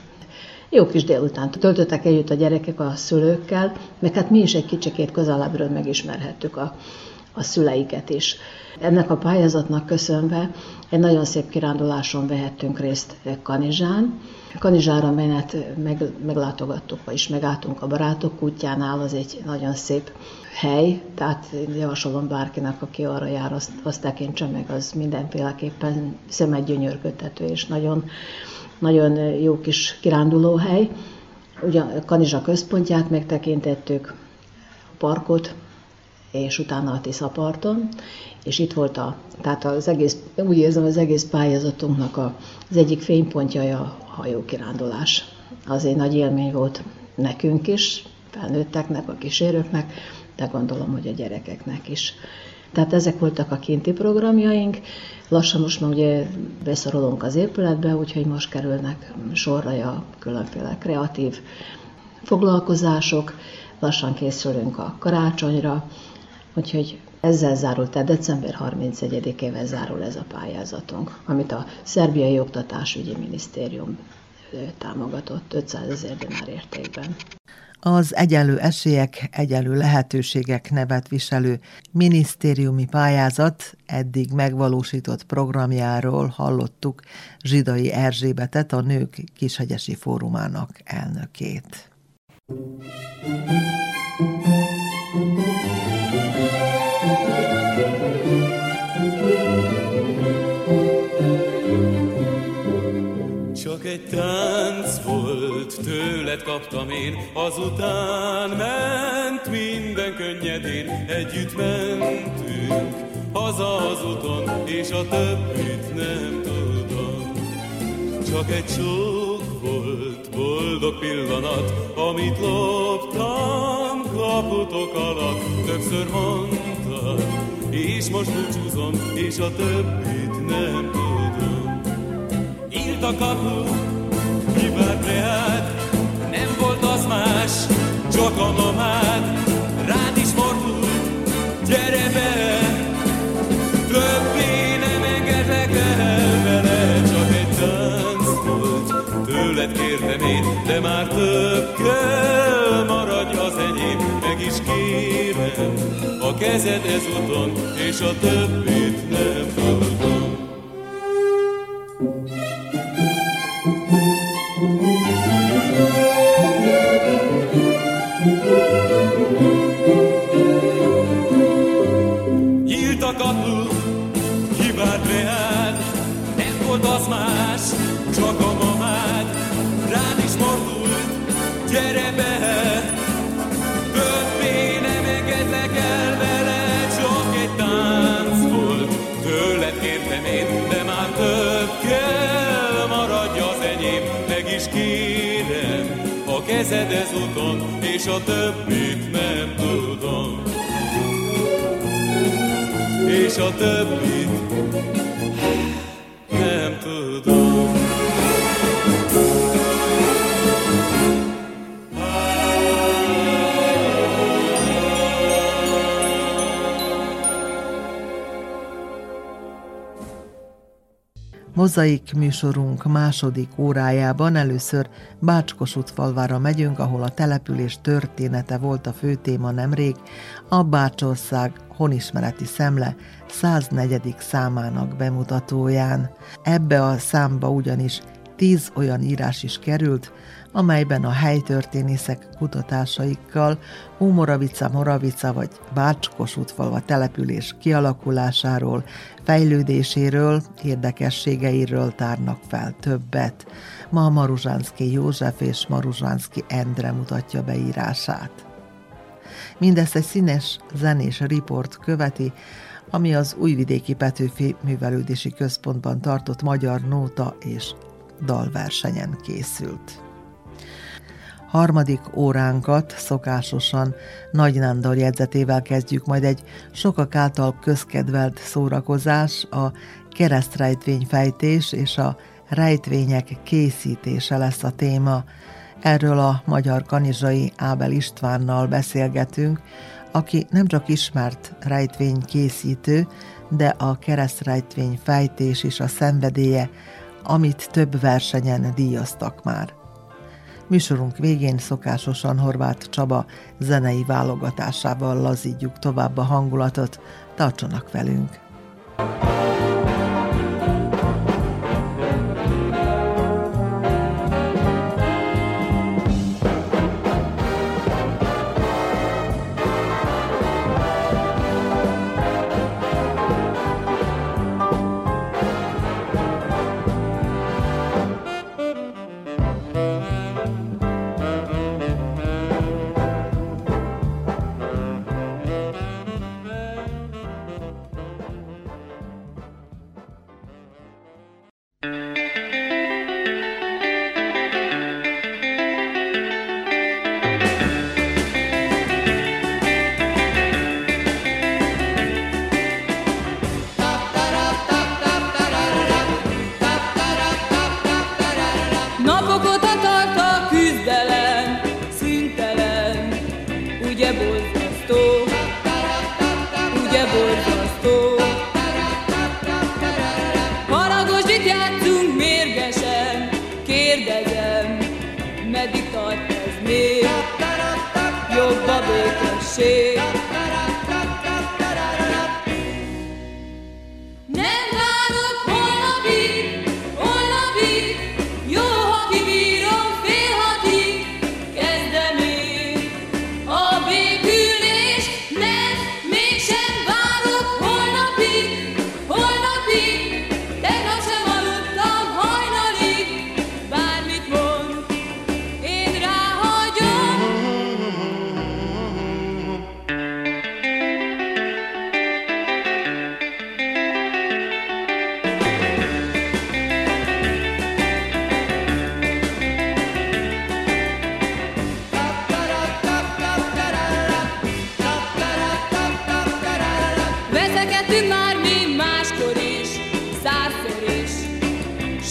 jó kis délután töltöttek együtt a gyerekek a szülőkkel, meg hát mi is egy kicsikét közelebbről megismerhettük a, a szüleiket is. Ennek a pályázatnak köszönve egy nagyon szép kiránduláson vehettünk részt Kanizsán. Kanizsára menet meg, meglátogattuk, vagyis megálltunk a Barátok útjánál, az egy nagyon szép hely, tehát javasolom bárkinek, aki arra jár, azt, azt tekintse meg, az mindenféleképpen szemet gyönyörködtető és nagyon, nagyon jó kis kirándulóhely. Ugyan Kanizsa központját megtekintettük, a parkot, és utána a Tiszaparton, és itt volt a, tehát az egész, úgy érzem, az egész pályázatunknak a, az egyik fénypontja a hajókirándulás. Az egy nagy élmény volt nekünk is, felnőtteknek, a kísérőknek, de gondolom, hogy a gyerekeknek is. Tehát ezek voltak a kinti programjaink. Lassan most már ugye beszorolunk az épületbe, úgyhogy most kerülnek sorra a különféle kreatív foglalkozások. Lassan készülünk a karácsonyra, úgyhogy ezzel zárult, tehát december harmincegyedikével zárul ez a pályázatunk, amit a Szerbiai Oktatásügyi Minisztérium támogatott ötszázezer dinár értékben. Az Egyenlő Esélyek, Egyenlő Lehetőségek nevet viselő minisztériumi pályázat eddig megvalósított programjáról hallottuk Zsidai Erzsébetet, a Nők Kishegyesi Fórumának elnökét. Ciò che tanto tőled kaptam én, azután ment minden könnyedén, együtt mentünk haza az úton, és a többit nem tudom. Csak egy sok volt boldog pillanat, amit loptam kaputok alatt. Többször mondtad, és most búcsúzom, és a többit nem tudom. Írt a kapu, kivárt reád, nem volt az más, csak a mamád. Rád is fordult, gyere be, többé nem engedlek el vele. Csak egy tánc volt, tőled kértem én, de már több kell, maradj az enyém. Meg is kérem a kezed ezúton, és a többit nem tudom. Nyílt a kapu, kivárt reád, nem volt az más, csak a mamád. Rád is fordult, gyere be, többé nem engedlek el vele. Csak egy tánc volt, tőled kértem én, de már több kell, maradj az enyém. Meg is kérem a kezed ezúton, és a többit nem tudom. És a többit nem tudom. Mozaik műsorunk második órájában először Bács-Kossuth-Falvára megyünk, ahol a település története volt a fő téma nemrég, a Bácsország honismereti szemle száznegyedik számának bemutatóján. Ebbe a számba ugyanis tíz olyan írás is került, amelyben a helytörténészek kutatásaikkal Ómoravica, Moravica vagy Bács-Kossuth-Falva település kialakulásáról, fejlődéséről, érdekességeiről tárnak fel többet. Ma Maruzsánszky József és Maruzsánszky Endre mutatja be írását. Mindezt egy színes, zenés riport követi, ami az Újvidéki Petőfi Művelődési Központban tartott magyar nóta és dalversenyen készült. Harmadik óránkat szokásosan Nagy Nándor jegyzetével kezdjük, majd egy sokak által közkedvelt szórakozás, a keresztrejtvényfejtés és a rejtvények készítése lesz a téma. Erről a magyar kanizsai Ábel Istvánnal beszélgetünk, aki nem csak ismert rejtvénykészítő, de a keresztrejtvényfejtés is a szenvedélye, amit több versenyen díjaztak már. Műsorunk végén szokásosan Horváth Csaba zenei válogatásával lazítjuk tovább a hangulatot. Tartsanak velünk!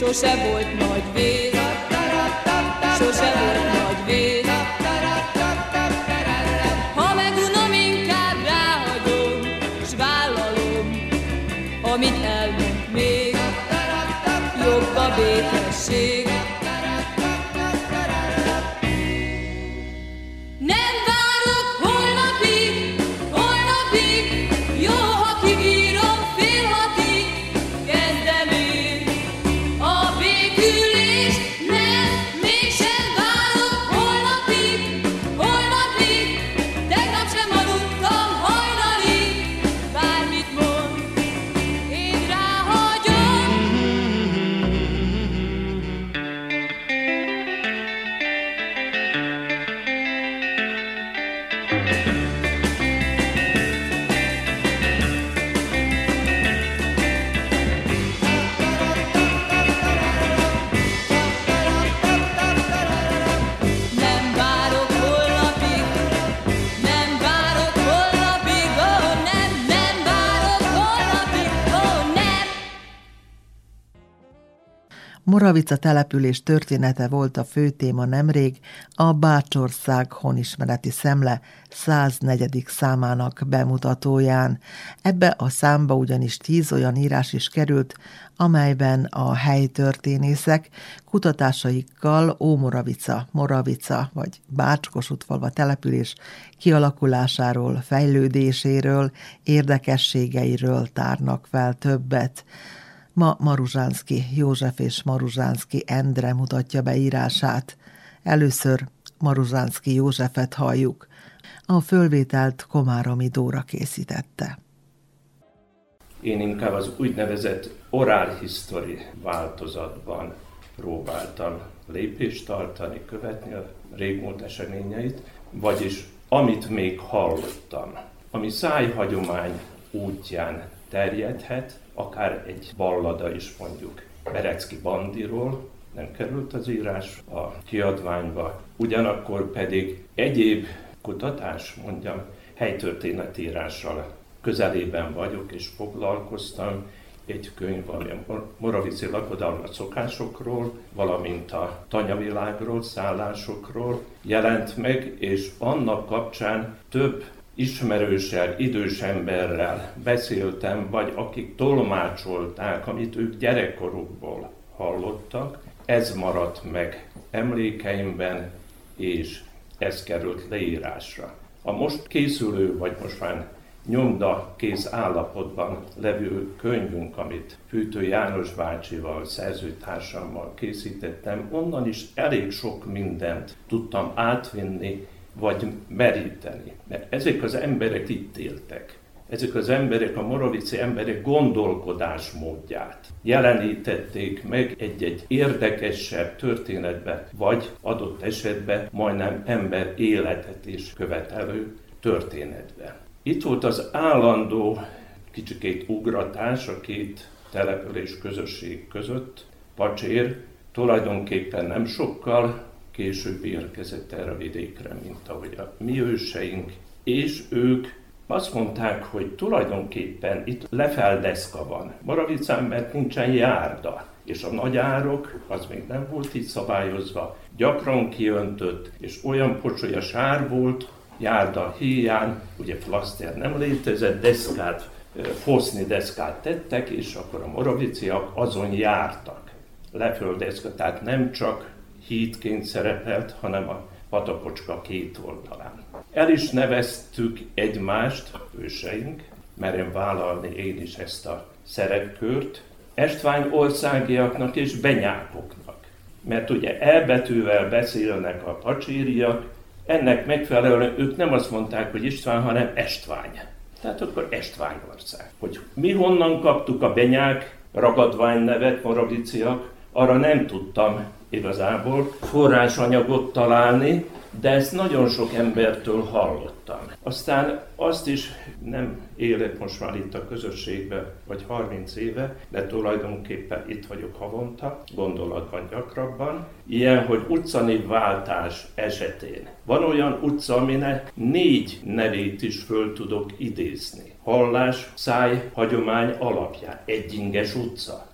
sose volt nagy vész, sose volt nagy vész. Ha megunom, inkább ráhagyom, s vállalom, amit elmond még, jobb a békesség. Nem várok holnapig, holnapig, jó, ha kibírom fél hatig, kezdem én a békülést. Nem, mégsem várok holnapig, holnapig, tegnap sem aludtam hajnalig, bármit mond, én ráhagyom. Nem várok holnapig, nem várok holnapig, ó nem, nem várok holnapig, ó nem. Moravica település története volt a fő téma nemrég a Bácsország honismereti szemle száznegyedik számának bemutatóján. Ebbe a számba ugyanis tíz olyan írás is került, amelyben a helytörténészek kutatásaikkal Ómoravica, Moravica vagy Bács-Kossuth-Falva település kialakulásáról, fejlődéséről, érdekességeiről tárnak fel többet. Ma Maruzsánszky József és Maruzsánszky Endre mutatja be írását. Először Maruzsánszky Józsefet halljuk. A fölvételt Komáromi Dóra készítette. Én inkább az úgynevezett oral history változatban próbáltam lépést tartani, követni a régmúlt eseményeit, vagyis amit még hallottam, ami szájhagyomány útján terjedhet, akár egy ballada is mondjuk Berecki Bandiról, nem került az írás a kiadványba, ugyanakkor pedig egyéb kutatás, mondjam, helytörténetírással közelében vagyok és foglalkoztam. Egy könyv, ami a moravici lakodalma szokásokról, valamint a tanyavilágról, szállásokról jelent meg, és annak kapcsán több ismerőssel, idős emberrel beszéltem, vagy akik tolmácsolták, amit ők gyerekkorukból hallottak. Ez maradt meg emlékeimben, és ez került leírásra. A most készülő, vagy most már nyomda kész állapotban levő könyvünk, amit Hűtő János bácsival, szerzőtársammal készítettem, onnan is elég sok mindent tudtam átvinni, vagy meríteni. Mert ezek az emberek itt éltek. Ezek az emberek, a moravici emberek gondolkodásmódját jelenítették meg egy-egy érdekesebb történetbe, vagy adott esetben majdnem ember életet is követelő történetbe. Itt volt az állandó kicsikét ugratás a két település közösség között. Pacsér tulajdonképpen nem sokkal később érkezett erre a vidékre, mint ahogy a mi őseink, és ők azt mondták, hogy tulajdonképpen itt lefeldeszka van. Moravicán, mert nincsen járda, és a nagyárok, az még nem volt így szabályozva, gyakran kiöntött, és olyan pocsolya sár volt, járda hiány, ugye flaszter nem létezett, deszkát, foszni deszkát tettek, és akkor a moraviciak azon jártak. Leföldeszka, tehát nem csak hídként szerepelt, hanem a Patapocska két oldalán. El is neveztük egymást, őseink, merem vállalni én is ezt a szerepkört, Estvány országiaknak és benyákoknak. Mert ugye elbetűvel beszélnek a pacsériak, ennek megfelelően ők nem azt mondták, hogy István, hanem Estvány. Tehát akkor Estványország. Hogy mi honnan kaptuk a benyák ragadvány nevet, moraviciak, arra nem tudtam igazából forrásanyagot találni, de ezt nagyon sok embertől hallottam. Aztán azt is nem élek most már itt a közösségben, vagy harminc éve, de tulajdonképpen itt vagyok havonta, gondolatban gyakrabban. Ilyen, hogy utcanévváltás esetén. Van olyan utca, aminek négy nevét is föl tudok idézni. Hallás, száj, hagyomány alapján. Egyinges utca.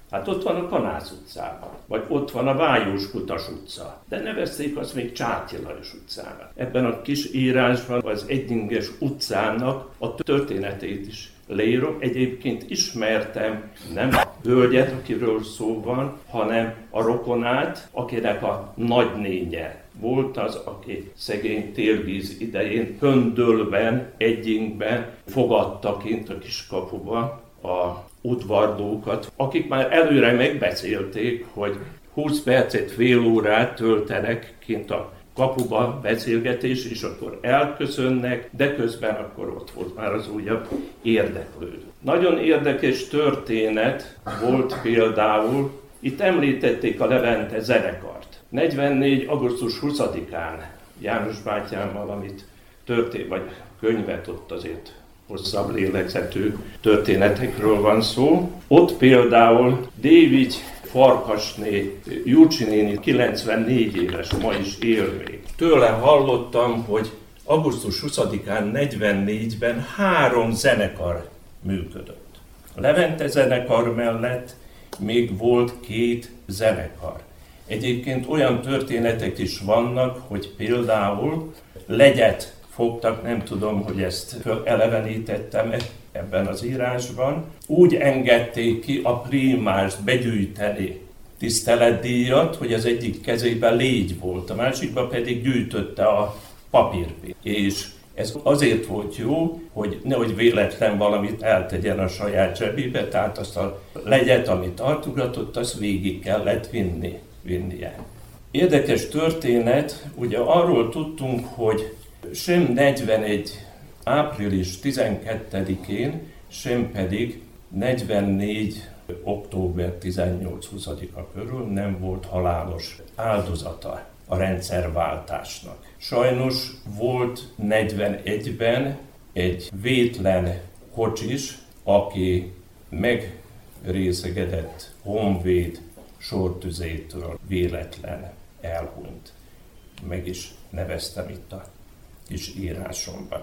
Hát ott van a Kanász utcában, vagy ott van a Vájós Kutas utca, de nevezték azt még Csáky Lajos utcának. Ebben a kis írásban az Egyinges utcának a történetét is leírom. Egyébként ismertem nem a hölgyet, akiről szó van, hanem a rokonát, akinek a nagynénye volt az, aki szegény télvíz idején Höndölben, Egyingben fogadta kint a kiskapuba a udvarlókat, akik már előre megbeszélték, hogy húsz percet, fél órát töltenek kint a kapuba beszélgetés, és akkor elköszönnek, de közben akkor ott volt már az újabb érdeklődő. Nagyon érdekes történet volt például, itt említették a Levente zenekart. negyvennégy. augusztus huszadikán János bátyámmal, amit történt, vagy könyvet, ott azért hosszabb lélegzetű történetekről van szó. Ott például Dévigy Farkasné, Júcsi néni kilencvennégy éves, ma is él még. Tőle hallottam, hogy augusztus huszadikán negyvennégyben három zenekar működött. A Levente zenekar mellett még volt két zenekar. Egyébként olyan történetek is vannak, hogy például legyet fogtak, nem tudom, hogy ezt elevenítettem ebben az írásban, úgy engedték ki a primást begyűjteni tiszteletdíjat, hogy az egyik kezében légy volt, a másikban pedig gyűjtötte a papírpénzt. És ez azért volt jó, hogy nehogy véletlen valamit eltegyen a saját zsebébe, tehát azt a legyet, amit tartogatott, azt végig kellett vinni, vinnie. Érdekes történet, ugye arról tudtunk, hogy sem negyvenegy. április tizenkettedikén, sem pedig negyvennégy. október tizennyolc-huszadika körül nem volt halálos áldozata a rendszerváltásnak. Sajnos volt negyvenegyben egy vétlen kocsis, aki megrészegedett Honvéd sortüzétől véletlen elhunyt. Meg is neveztem itt a kis írásomban.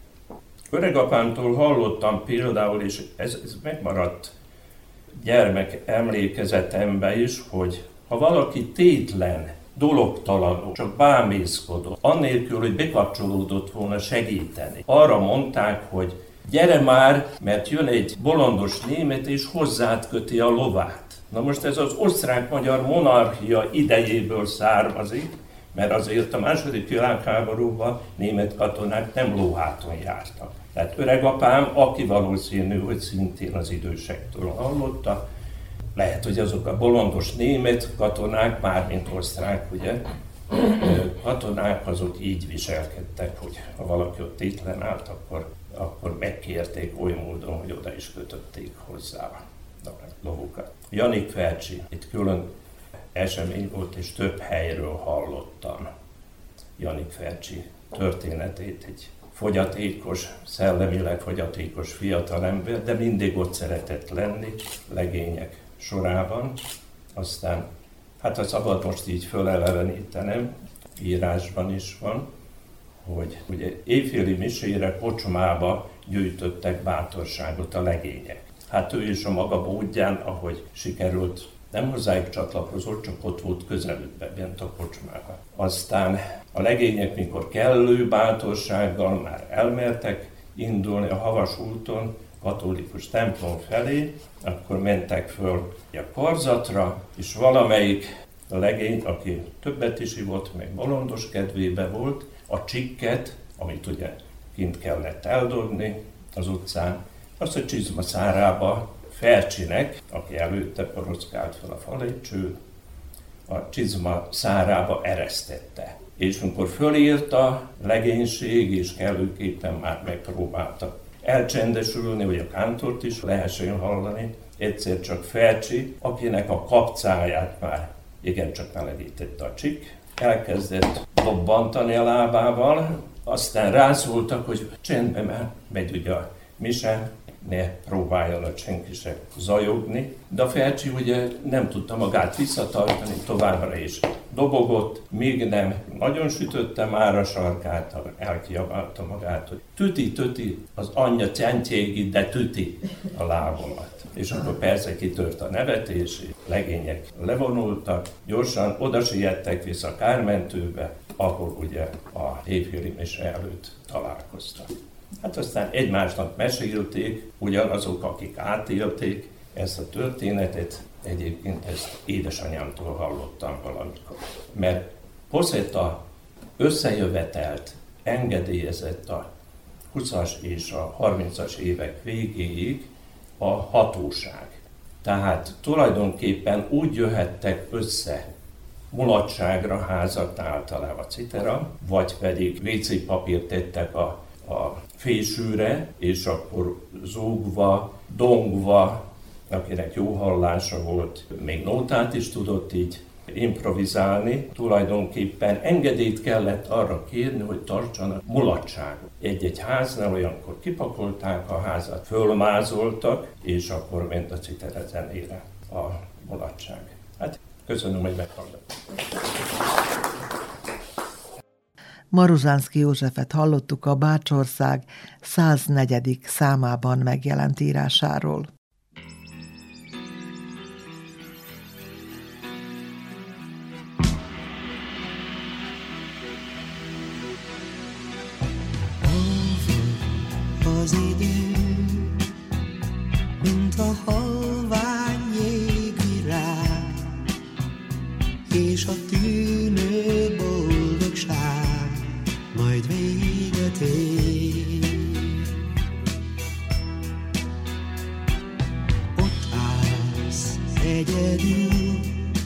Öregapámtól hallottam például, és ez, ez megmaradt gyermek emlékezetemben is, hogy ha valaki tétlen, dologtalanul, csak bámészkodott, annélkül, hogy bekapcsolódott volna segíteni. Arra mondták, hogy gyere már, mert jön egy bolondos német, és hozzád köti a lovát. Na most ez az osztrák-magyar monarchia idejéből származik, mert azért a második világháborúban német katonák nem lóháton jártak. Tehát öregapám, aki valószínű, hogy szintén az idősektől hallotta, lehet, hogy azok a bolondos német katonák, mármint osztrák, ugye, katonák, azok így viselkedtek, hogy ha valaki ott tétlen állt, akkor, akkor megkérték oly módon, hogy oda is kötötték hozzá a lovukat. Janik Fercsi, itt külön esemény volt, és több helyről hallottam Janik Fercsi történetét, egy fogyatékos, szellemileg fogyatékos fiatalember, de mindig ott szeretett lenni, legények sorában. Aztán, hát a szabad most így fölelevenítenem, írásban is van, hogy ugye éjféli misére kocsmába gyűjtöttek bátorságot a legények. Hát ő is a maga módján, ahogy sikerült, nem hozzájuk csatlakozott, csak ott volt közelükben, bent a kocsmában. Aztán a legények, mikor kellő bátorsággal már elmertek indulni a Havas úton, katolikus templom felé, akkor mentek föl a karzatra, és valamelyik a legény, aki többet is ivott, meg bolondos kedvébe volt, a csikket, amit ugye kint kellett eldobni az utcán, azt a csizma szárába Fercsinek, aki előtte porockált fel a falépcső, a csizma szárába eresztette. És amikor fölírt a legénység, és kellőképpen már megpróbáltak elcsendesülni, hogy a kántort is lehessen hallani, egyszer csak Fercsi, akinek a kapcáját már igencsak melegítette a csik, elkezdett dobbantani a lábával, aztán rászóltak, hogy csendben, mert megy ugye a mise, ne próbáljon senki se zajogni. De a Fercsi ugye nem tudta magát visszatartani, továbbra is dobogott, még nem nagyon sütötte már a sarkát, elkiabálta magát, hogy tüti, tüti, az anyja centjégi, de tüti a lábomat. És akkor persze kitört a nevetés, legények levonultak, gyorsan oda siettek vissza Kármentőbe, ahol ugye a évvéri mise előtt találkoztak. Hát aztán egymásnak mesélték, ugyanazok, akik átélték ezt a történetet, egyébként ezt édesanyámtól hallottam valamikor. Mert Poszetta összejövetelt, engedélyezett a huszas és a harmincas évek végéig a hatóság. Tehát tulajdonképpen úgy jöhettek össze mulatságra házak, általában citera, vagy pedig vé cé papírt tettek a, a fésűre, és akkor zúgva, dongva, akinek jó hallása volt, még nótát is tudott így improvizálni. Tulajdonképpen engedélyt kellett arra kérni, hogy tartsanak mulatságot. Egy-egy háznál olyankor kipakolták a házat, fölmázoltak, és akkor ment a citera zenére a mulatság. Hát köszönöm, hogy meghallgattak. Maruzsánszky Józsefet hallottuk a Bácsország száznegyedik számában megjelent írásáról. Az idő, mint a halvány jégvirág, és a tűnő boldogság majd véget ér. Ott állsz egyedül,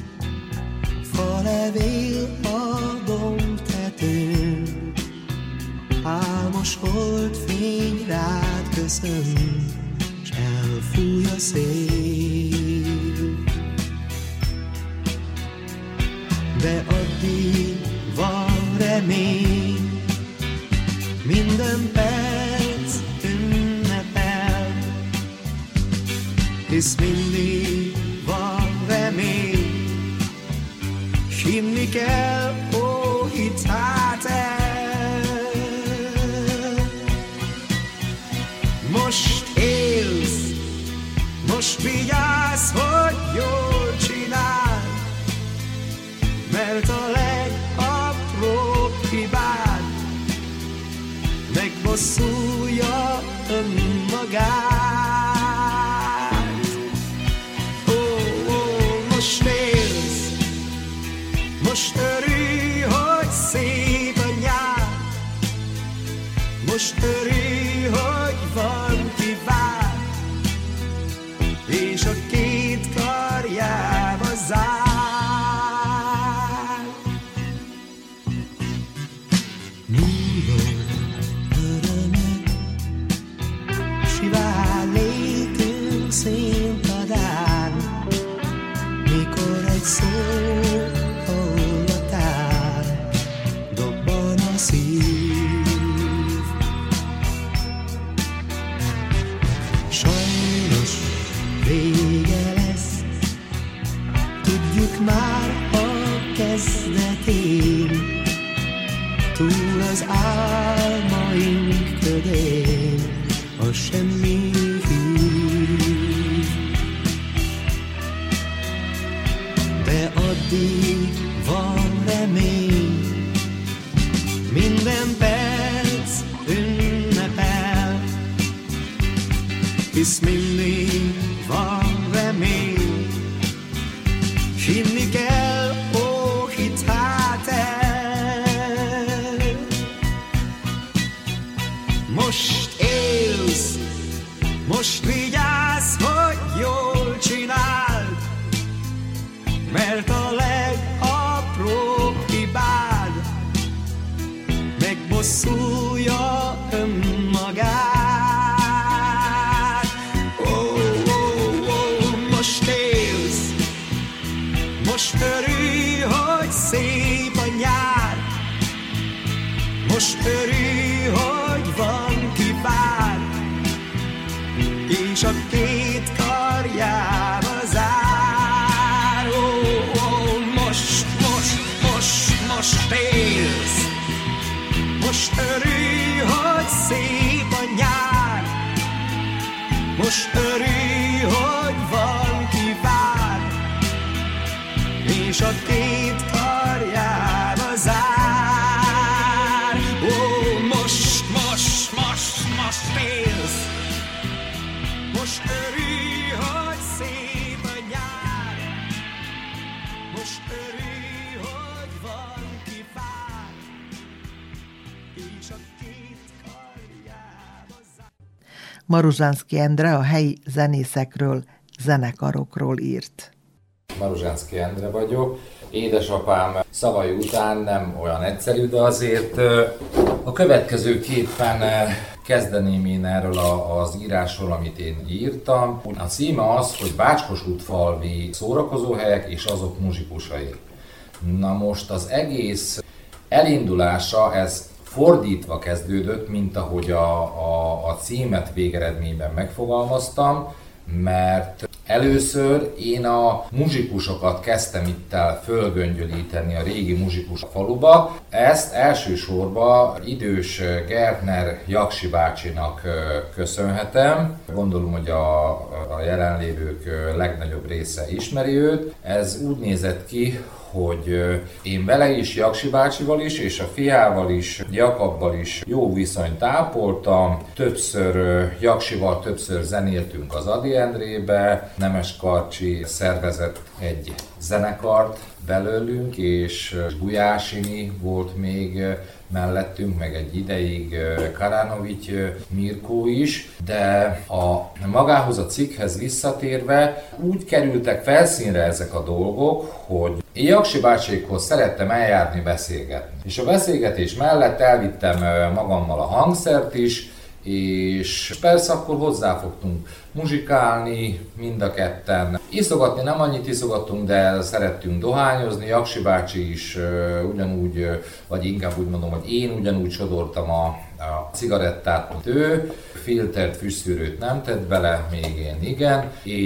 falevél a dombtetőn, álmos holdfény rád köszön, s elfúj a szél. De addig van remény, minden perc ünnepel, hisz mindig van remény, s hinni kell, ó, hidd hát el. Most élsz, most vigyázz, hogy jól csinál, mert a legapróbb hibád megbosszulja önmagát. Ó, ó, most élsz, most örülj, hogy szép a nyár, most örülj, hogy van ki vár, és a két karjába zár. Múló örömök, sivár létünk színpadán, mikor egy szó hallatán dobban a szív. Sajnos vége lesz, tudjuk már a kezdetén, túl az álmaink ködén a semmi hív. De addig van remény, minden perc ünnepel, hisz mindig van remény, s hinni kell, ó, hidd hát el. Most élsz, most vigyázz, hogy jól csináld, mert a legapróbb hibád megbosszulja önmagát. Most örülj, hogy szép a nyár, most örülj, hogy van ki vár, és a két karjába zár. Ó, ó, most, most, most, most élsz, most örülj, hogy szép a nyár, most örülj, hogy van ki vár, és a két karjába zár. Ó, most, most, most, most élsz, most örülj, hogy szép a nyár, most örülj, hogy van ki vár, és a két karjába zár. Maruzsánszky Endre a helyi zenészekről, zenekarokról írt. Maruzsánszky Endre vagyok. Édesapám szavai után nem olyan egyszerű, de azért a következőképpen kezdeném én erről az írásról, amit én írtam. A címe az, hogy Bácskosútfalvi szórakozóhelyek és azok muzsikusai. Na most az egész elindulása, ez fordítva kezdődött, mint ahogy a, a, a címet végeredményben megfogalmaztam, mert először én a muzsikusokat kezdtem itt el fölgöngyölíteni a régi muzsikus faluba. Ezt elsősorban idős Gertner Jaksi bácsinak köszönhetem. Gondolom, hogy a, a jelenlévők legnagyobb része ismeri őt. Ez úgy nézett ki, hogy én vele is, Jaksi bácsival is, és a fiával is, Jakabbal is jó viszonyt ápoltam. Többször Jaksival többször zenéltünk az Ady Endrébe. Nemes Karcsi szervezett egy zenekart belőlünk, és Gulyásini volt még mellettünk, meg egy ideig Karánovics Mirkó is, de a magához a cikkhez visszatérve úgy kerültek felszínre ezek a dolgok, hogy én Jaksi bácsékhoz szerettem eljárni beszélgetni. És a beszélgetés mellett elvittem magammal a hangszert is, és persze akkor hozzáfogtunk muzsikálni mind a ketten. Iszogatni nem annyit iszogattunk, de szerettünk dohányozni. Jaksi bácsi is uh, ugyanúgy, vagy inkább úgy mondom, hogy én ugyanúgy sodortam a, a cigarettát, mint ő. Filtert, füstszűrőt nem tett bele, még én igen.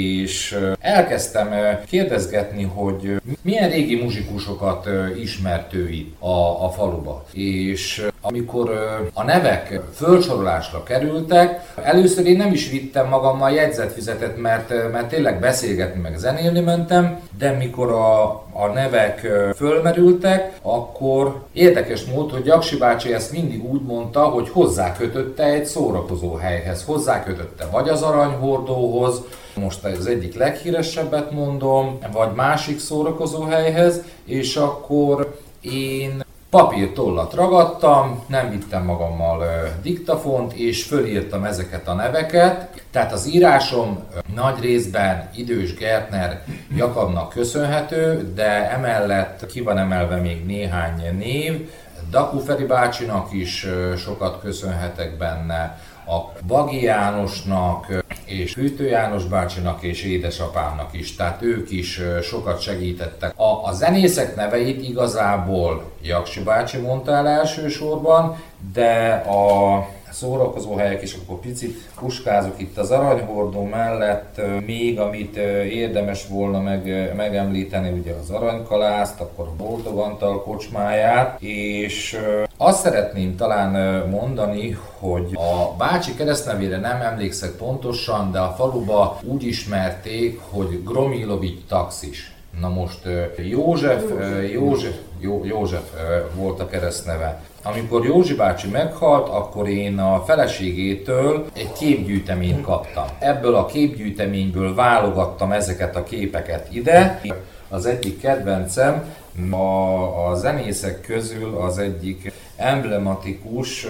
És uh, elkezdtem uh, kérdezgetni, hogy milyen régi muzsikusokat uh, ismert ő itt a, a faluba. És uh, amikor uh, a nevek fölsorolásra kerültek, először én nem is vittem magammal jegyzetfüzetet, mert, mert tényleg beszélgetni meg zenélni mentem, de mikor a, a nevek fölmerültek, akkor érdekes mód, hogy Jaksi bácsi ezt mindig úgy mondta, hogy hozzákötötte egy szórakozóhelyhez, hozzákötötte vagy az Aranyhordóhoz, most az egyik leghíresebbet mondom, vagy másik szórakozóhelyhez, és akkor én papírtollat ragadtam, nem vittem magammal uh, diktafont, és fölírtam ezeket a neveket. Tehát az írásom uh, nagy részben idős Gertner Jakabnak köszönhető, de emellett ki van emelve még néhány név. Daku Feri bácsinak is uh, sokat köszönhetek benne, a Bagi Jánosnak, és Hűtő János bácsinak és édesapámnak is, tehát ők is sokat segítettek. A, a zenészek neveit igazából Jaksi bácsi mondta el elsősorban, de a szórakozóhelyek is, akkor picit puskázok itt az Aranyhordó mellett, még amit érdemes volna meg, megemlíteni, ugye az Aranykalászt, akkor a Boldog Antal kocsmáját, és azt szeretném talán mondani, hogy a bácsi keresztnevére nem emlékszek pontosan, de a faluba úgy ismerték, hogy Gromilovics taxis. Na most József, József, Jó, József volt a keresztneve. Amikor Józsi bácsi meghalt, akkor én a feleségétől egy képgyűjteményt kaptam. Ebből a képgyűjteményből válogattam ezeket a képeket ide. Az egyik kedvencem a, a zenészek közül az egyik emblematikus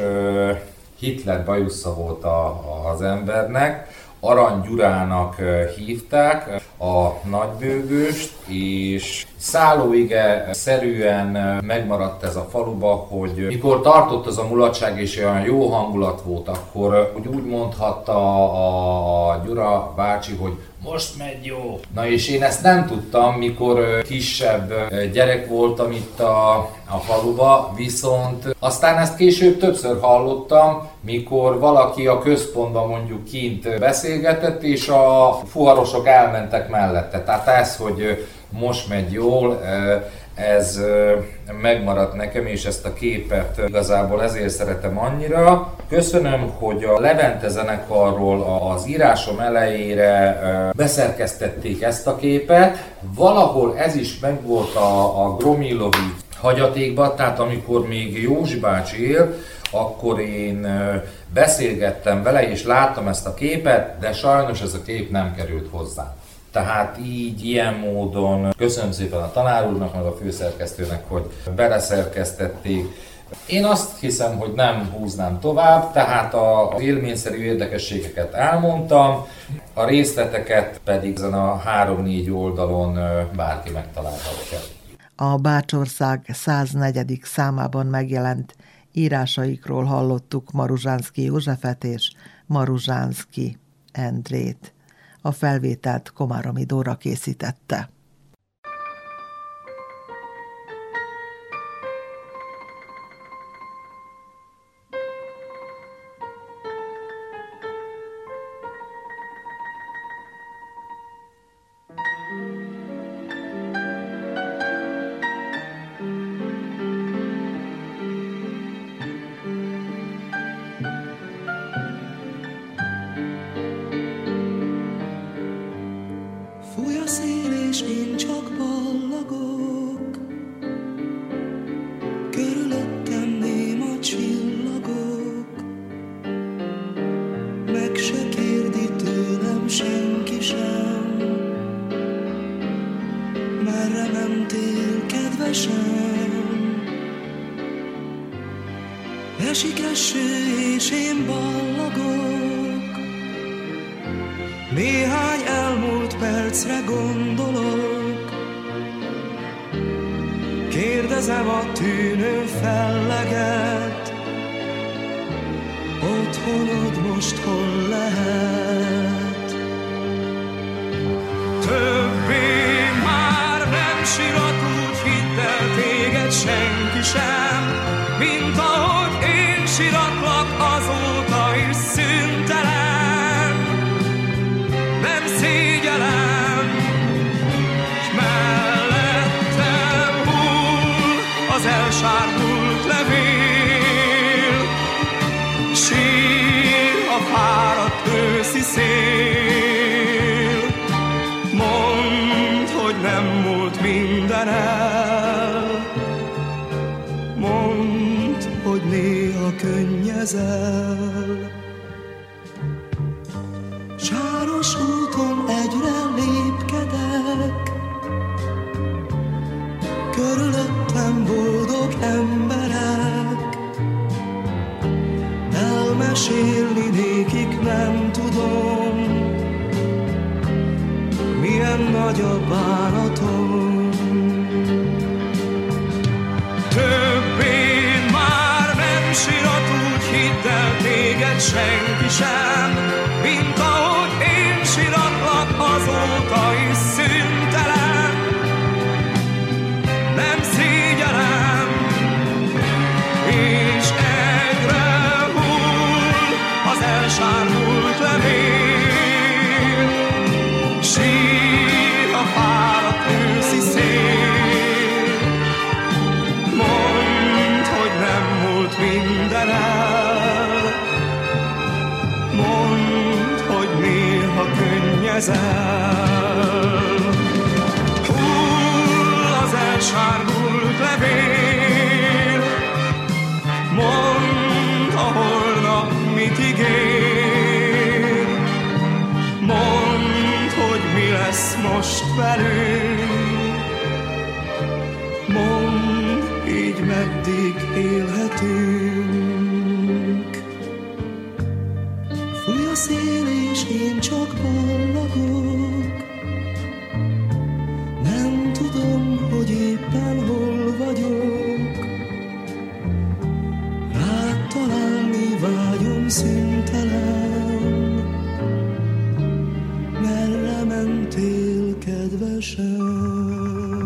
Hitler bajusza volt a, az embernek. Arany Gyurának hívták. a nagybőgőst, és szállóige szerűen megmaradt ez a faluba, hogy mikor tartott az a mulatság és olyan jó hangulat volt, akkor úgy, úgy mondhatta a Gyura bácsi, hogy most megy jó. Na és én ezt nem tudtam, mikor kisebb gyerek voltam itt a, a faluba, viszont aztán ezt később többször hallottam, mikor valaki a központban mondjuk kint beszélgetett, és a fuvarosok elmentek mellette. Tehát ez, hogy most megy jól, ez megmaradt nekem, és ezt a képet igazából ezért szeretem annyira. Köszönöm, hogy a Levente zenekarról az írásom elejére beszerkesztették ezt a képet. Valahol ez is megvolt a, a Gromilovi hagyatékban, tehát amikor még Józsi bácsi él, akkor én beszélgettem vele, és láttam ezt a képet, de sajnos ez a kép nem került hozzá. Tehát így, ilyen módon köszönöm szépen a tanár úrnak, meg a főszerkesztőnek, hogy beleszerkesztették. Én azt hiszem, hogy nem húznám tovább, tehát az élményszerű érdekességeket elmondtam, a részleteket pedig ezen a három-négy oldalon bárki megtalálhatja. A Bácsország száznegyedik számában megjelent írásaikról hallottuk Maruzsánszky Józsefet és Maruzsánszky Endrét. A felvételt Komáromi Dóra készítette. Esik eső, és én ballagok, néhány elmúlt percre gondolok. Kérdezem a tűnő felleget, otthonod most hol lehet? Többé már nem sirat, úgy hidd el, téged senki sem, mint ahogy én siratlak azóta is szüntelen. Nem szégyellem, s mellettem hull az elsárgult levél. Sír a fáradt őszi szél. Mondd, hogy nem múlt minden el, mondd, hogy néha könnyezel. Sáros úton egyre lépkedek, körülöttem boldog emberek. Elmesélni nékik nem tudom, milyen nagy a bánatom. Többé már nem sirat, úgy hidd el, téged senki sem, mint ahogy én siratlak azóta is szüntelen. Nem szégyellem, és egyre hull az elsárgult levél. Sír a fáradt őszi szél. Mondd, hogy nem múlt minden el, mondd, hogy néha könnyezel. Hull az elsárgult levél, mondd, a holnap mit ígér. Mondd, hogy mi lesz most velünk, mondd, így meddig élhetünk. Fúj a szél, és én csak ballagok, vágyom szüntelen, merre mentél, kedvesem?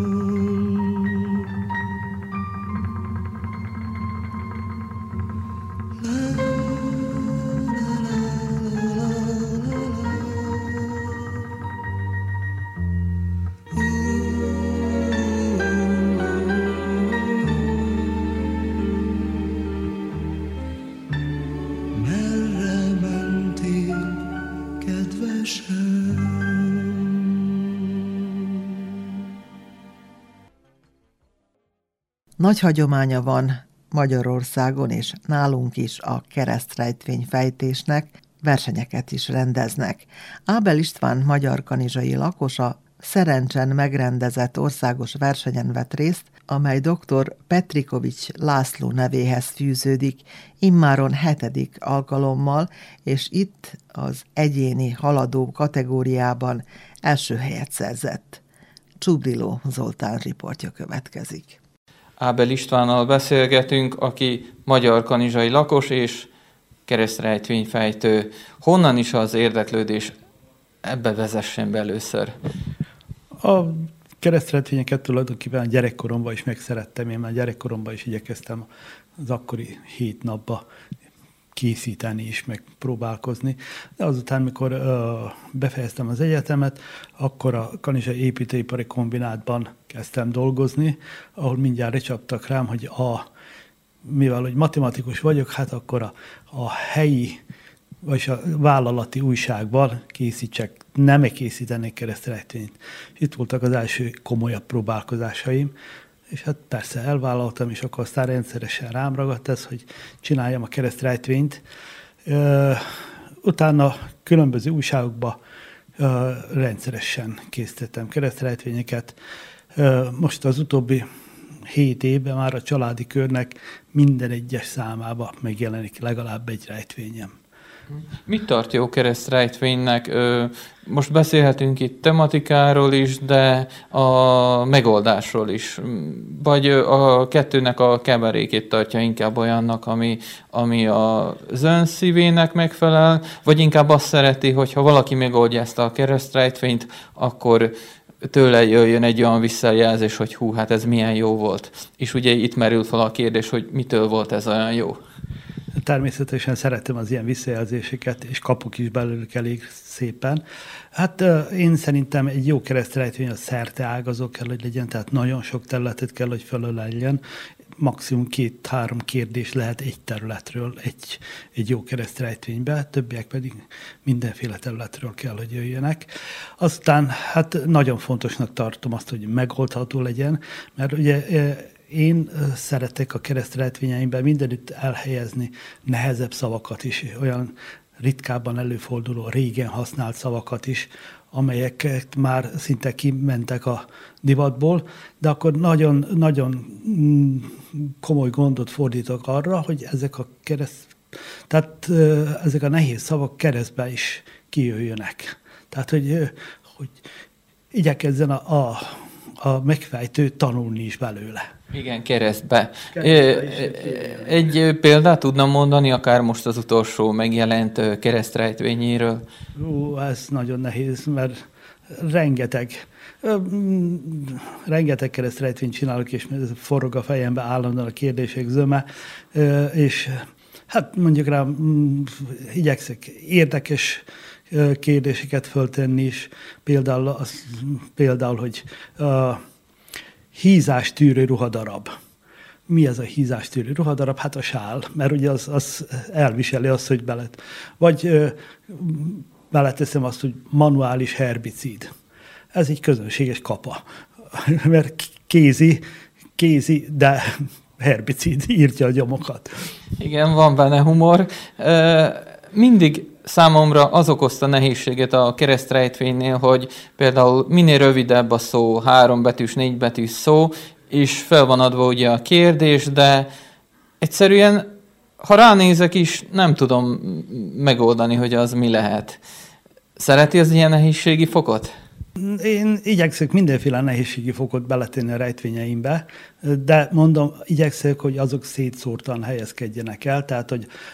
Nagy hagyománya van Magyarországon és nálunk is a keresztrejtvényfejtésnek, versenyeket is rendeznek. Ábel István magyar-kanizsai lakosa szerencsen megrendezett országos versenyen vett részt, amely dr. Petrikovics László nevéhez fűződik, immáron hetedik alkalommal, és itt az egyéni haladó kategóriában első helyet szerzett. Csubriló Zoltán riportja következik. Ábel Istvánnal beszélgetünk, aki magyar-kanizsai lakos és keresztrejtvényfejtő. Honnan is az érdeklődés? Ebbe vezessen be először. A keresztrejtvényeket tulajdonképpen a gyerekkoromban is megszerettem. Én már gyerekkoromban is igyekeztem az akkori hét napba készíteni is, meg próbálkozni. De azután, mikor uh, befejeztem az egyetemet, akkor a Kanizsai Építőipari Kombinátban kezdtem dolgozni, ahol mindjárt recsaptak rám, hogy a, mivel hogy matematikus vagyok, hát akkor a, a helyi, vagy a vállalati újságban készítsek, nem készítenék keresztrejtvényt. Itt voltak az első komolyabb próbálkozásaim, és hát persze elvállaltam, és akkor aztán rendszeresen rám ragadt ez, hogy csináljam a keresztrejtvényt. Utána különböző újságokba rendszeresen készítettem keresztrejtvényeket. Most az utóbbi hét évben már a családi körnek minden egyes számába megjelenik legalább egy rejtvényem. Mit tart jó keresztrejtvénynek? Most beszélhetünk itt tematikáról is, de a megoldásról is. Vagy a kettőnek a keverékét tartja inkább olyannak, ami, ami az ön szívének megfelel, vagy inkább azt szereti, hogy ha valaki megoldja ezt a keresztrejtvényt, akkor tőle jöjjön egy olyan visszajelzés, hogy hú, hát ez milyen jó volt. És ugye itt merül fel a kérdés, hogy mitől volt ez olyan jó. Természetesen szeretem az ilyen visszajelzéseket, és kapok is belőlük elég szépen. Hát én szerintem egy jó keresztrejtvény a szerteágazó kell, hogy legyen, tehát nagyon sok területet kell, hogy felöleljen. Maximum két-három kérdés lehet egy területről, egy, egy jó keresztrejtvénybe, többiek pedig mindenféle területről kell, hogy jöjjenek. Aztán hát nagyon fontosnak tartom azt, hogy megoldható legyen, mert ugye én szeretek a keresztrejtvényeimben mindenütt elhelyezni nehezebb szavakat is, olyan ritkábban előforduló, régen használt szavakat is, amelyek már szinte kimentek a divatból, de akkor nagyon, nagyon komoly gondot fordítok arra, hogy ezek a kereszt, tehát ezek a nehéz szavak keresztbe is kijöjjönek. Tehát, hogy, hogy igyekezzen a, a, a megfejtő tanulni is belőle. Igen, keresztbe. Egy példát tudnám mondani, akár most az utolsó megjelent keresztrejtvényéről? Ó, ez nagyon nehéz, mert rengeteg, rengeteg keresztrejtvényt csinálok, és forog a fejembe állandóan a kérdések zöme, és hát mondjuk rá igyekszek érdekes kérdéseket föltenni is, például, az, például hogy hízástűrő ruhadarab. Mi ez a hízástűrő ruhadarab? Hát a sál, mert ugye az, az elviseli azt, hogy belet. Vagy ö, beleteszem azt, hogy manuális herbicid. Ez egy közönséges kapa, mert kézi, kézi, de herbicid írtja a gyomokat. Igen, van benne humor. Mindig számomra az okozta nehézséget a keresztrejtvénynél, hogy például minél rövidebb a szó, három betűs, négy betűs szó, és fel van adva ugye a kérdés, de egyszerűen, ha ránézek is, nem tudom megoldani, hogy az mi lehet. Szereti az ilyen nehézségi fokot? Én igyekszek mindenféle nehézségi fokot beletenni a rejtvényeimbe, de mondom, igyekszek, hogy azok szétszórtan helyezkedjenek el, tehát, hogy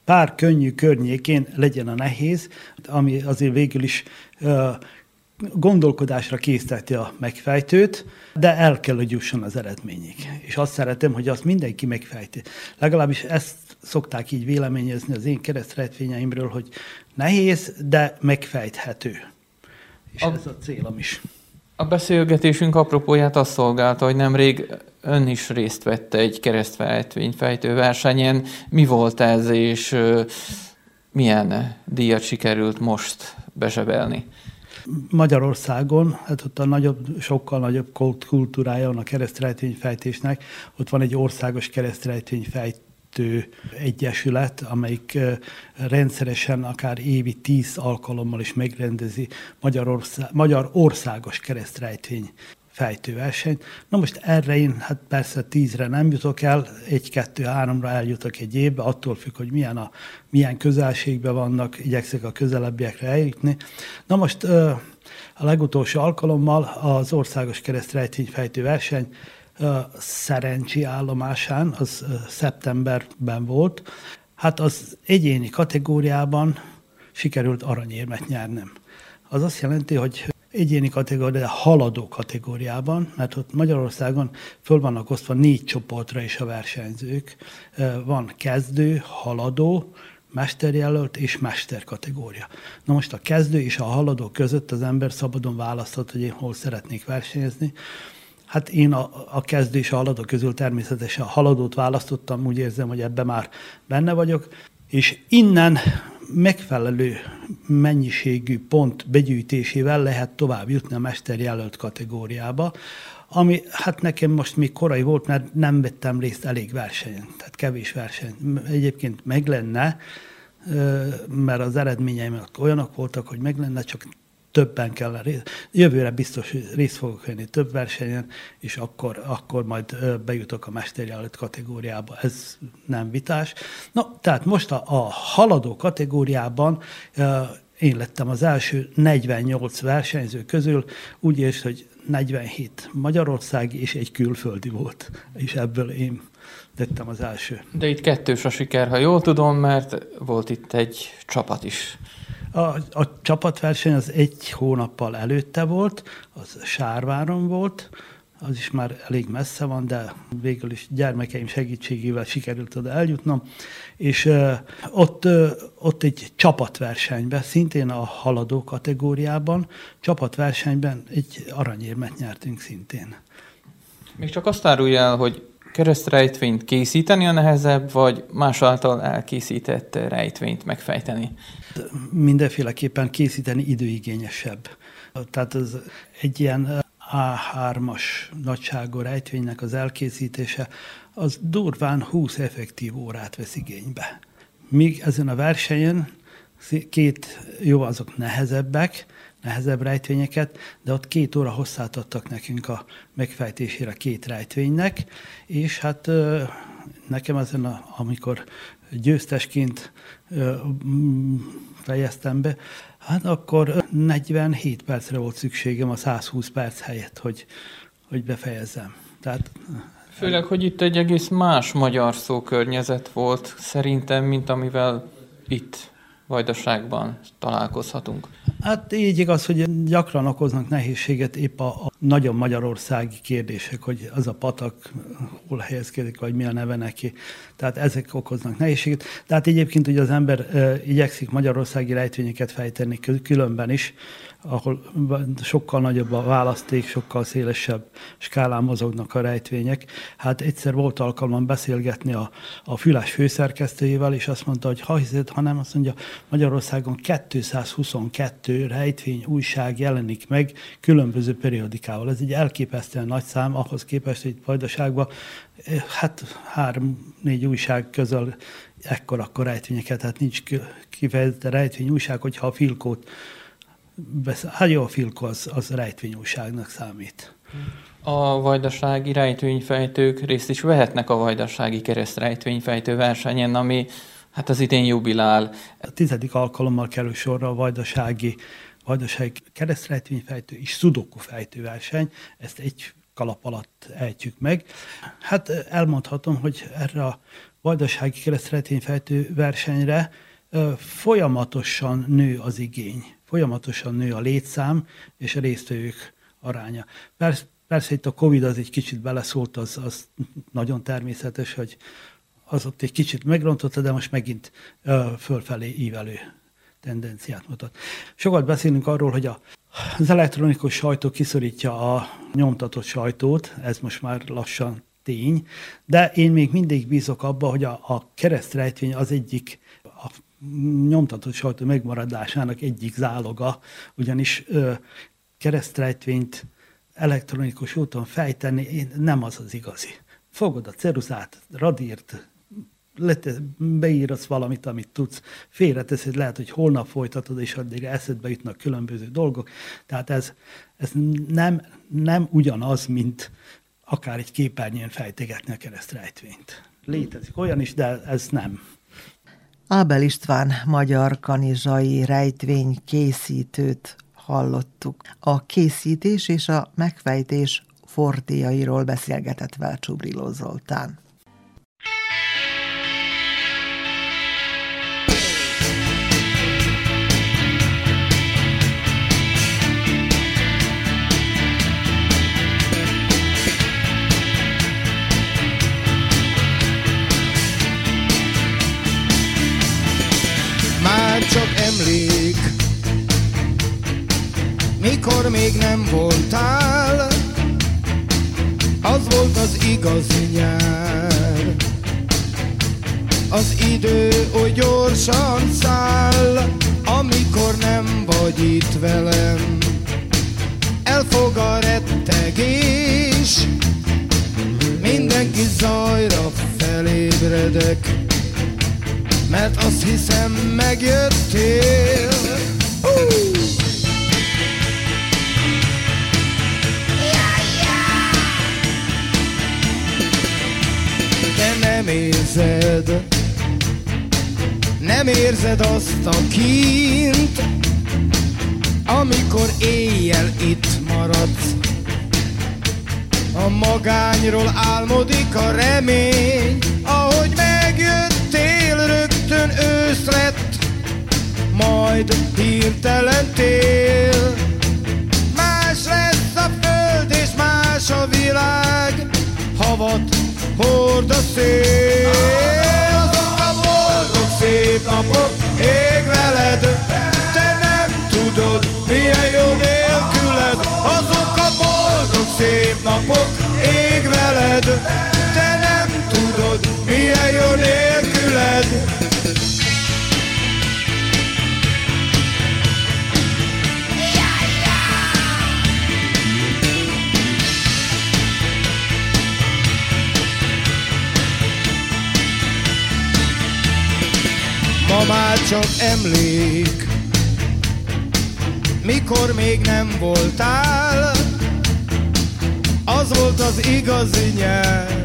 pár könnyű környékén legyen a nehéz, ami azért végül is gondolkodásra készteti a megfejtőt, de el kell, hogy jusson az eredményig. És azt szeretem, hogy azt mindenki megfejti. Legalábbis ezt szokták így véleményezni az én keresztrejtvényeimről, hogy nehéz, de megfejthető. És a, ez a célom is. A beszélgetésünk apropóját azt szolgálta, hogy nemrég ön is részt vette egy keresztrejtvényfejtő versenyen. Mi volt ez, és uh, milyen díjat sikerült most bezsebelni? Magyarországon, hát ott a nagyobb, sokkal nagyobb kultúrája van a keresztrejtvényfejtésnek. Ott van egy országos keresztrejtvényfejtő egyesület, amelyik rendszeresen, akár évi tíz alkalommal is megrendezi Magyarország, Magyar Országos Keresztrejtvény fejtőversenyt. Na most erre én, hát persze tízre nem jutok el, egy-kettő-háromra eljutok egy évbe, attól függ, hogy milyen, a, milyen közelségben vannak, igyekszek a közelebbiekre eljutni. Na most a legutolsó alkalommal az Országos Keresztrejtvényfejtő verseny Szerencsi állomásán, az szeptemberben volt. Hát az egyéni kategóriában sikerült aranyérmet nyernem. Az azt jelenti, hogy egyéni kategória, haladó kategóriában, mert ott Magyarországon föl vannak osztva négy csoportra is a versenyzők. Van kezdő, haladó, mesterjelölt és mester kategória. Na most a kezdő és a haladó között az ember szabadon választhat, hogy én hol szeretnék versenyezni. Hát én a, a kezdő és a haladó közül természetesen a haladót választottam, úgy érzem, hogy ebben már benne vagyok, és innen megfelelő mennyiségű pont begyűjtésével lehet tovább jutni a mesterjelölt kategóriába, ami hát nekem most még korai volt, mert nem vettem részt elég versenyen, tehát kevés verseny. Egyébként meg lenne, mert az eredményeim olyanok voltak, hogy meg lenne, csak többen kellene részt. Jövőre biztos, hogy részt fogok venni több versenyen, és akkor, akkor majd bejutok a mesterjelölt kategóriába. Ez nem vitás. Na, tehát most a, a haladó kategóriában én lettem az első negyvennyolc versenyző közül, úgy érsz, hogy negyvenhét magyarországi és egy külföldi volt, és ebből én lettem az első. De itt kettős a siker, ha jól tudom, mert volt itt egy csapat is. A, a csapatverseny az egy hónappal előtte volt, az Sárváron volt, az is már elég messze van, de végül is gyermekeim segítségével sikerült oda eljutnom, és uh, ott, uh, ott egy csapatversenyben, szintén a haladó kategóriában, csapatversenyben egy aranyérmet nyertünk szintén. Még csak azt árulja el, hogy keresztrejtvényt készíteni a nehezebb, vagy más által elkészített rejtvényt megfejteni? Mindenféleképpen készíteni időigényesebb. Tehát az egy ilyen á hármas nagyságú rejtvénynek az elkészítése, az durván húsz effektív órát vesz igénybe. Míg ezen a versenyen két, jó, azok nehezebbek, nehezebb rejtvényeket, de ott két óra hosszát adtak nekünk a megfejtésére két rejtvénynek, és hát nekem ezen, a, amikor győztesként fejeztem be, hát akkor negyvenhét percre volt szükségem a százhúsz perc helyett, hogy, hogy befejezzem. Tehát, főleg, hogy itt egy egész más magyar szókörnyezet volt szerintem, mint amivel itt Vajdaságban találkozhatunk. Hát így igaz, hogy gyakran okoznak nehézséget épp a, a nagyon magyarországi kérdések, hogy az a patak hol helyezkedik, vagy mi a neve neki. Tehát ezek okoznak nehézséget. Tehát egyébként ugye az ember e, igyekszik magyarországi rejtvényeket fejteni különben is, ahol sokkal nagyobb a választék, sokkal szélesebb skálán mozognak a rejtvények. Hát egyszer volt alkalmam beszélgetni a, a Fülás főszerkesztőjével, és azt mondta, hogy ha hiszed, ha nem, azt mondja, Magyarországon kétszázhuszonkettő rejtvény újság jelenik meg különböző periodikával. Ez egy elképesztően nagy szám, ahhoz képest, hogy itt Vajdaságban hát három-négy újság közül ekkor-akkor rejtvényeket, hát nincs kifejezetten rejtvény újság, hogyha a Filkót hát jó, a Filko az, az rejtvényújságnak számít. A vajdasági rejtvényfejtők részt is vehetnek a vajdasági keresztrejtvényfejtő versenyen, ami hát az idén jubilál. A tizedik alkalommal kerül sorra a vajdasági, vajdasági keresztrejtvényfejtő és szudoku fejtő verseny. Ezt egy kalap alatt ejtjük meg. Hát elmondhatom, hogy erre a vajdasági keresztrejtvényfejtő versenyre folyamatosan nő az igény, folyamatosan nő a létszám és a résztvevők aránya. Persze, persze itt a Covid az egy kicsit beleszólt, az, az nagyon természetes, hogy az ott egy kicsit megrontotta, de most megint ö, fölfelé ívelő tendenciát mutat. Sokat beszélünk arról, hogy a, az elektronikus sajtó kiszorítja a nyomtatott sajtót, ez most már lassan tény, de én még mindig bízok abba, hogy a, a keresztrejtvény az egyik a nyomtatott sajtó megmaradásának egyik záloga, ugyanis ö, keresztrejtvényt elektronikus úton fejteni nem az az igazi. Fogod a ceruzát, radírt, beírsz valamit, amit tudsz, félreteszed, lehet, hogy holnap folytatod, és addig eszedbe jutnak különböző dolgok. Tehát ez, ez nem, nem ugyanaz, mint akár egy képernyőn fejtegetni a keresztrejtvényt. Létezik olyan is, de ez nem. Ábel István magyar kanizsai rejtvény készítőt hallottuk. A készítés és a megfejtés fortéjairól beszélgetett vele Csubriló Zoltán. Már csak emlék, mikor még nem voltál, az volt az igazi nyár. Az idő oly gyorsan száll, amikor nem vagy itt velem. Elfog a rettegés, mindenki zajra felébredek, mert azt hiszem megjöttél. Uh! De nem érzed, nem érzed azt a kínt, amikor éjjel itt maradsz. A magányról álmodik a remény, ahogy megjöttél, rögtön ősz lett, majd hirtelen tél. Más lesz a föld és más a világ, havat hord a szél. Azok a boldog szép napok ég veled, te nem tudod, milyen jó nélküled. Azok a boldog szép napok ég veled, te nem tudod, milyen jó nélküled. Ma már csak emlék, mikor még nem voltál, az volt az igazi nyár.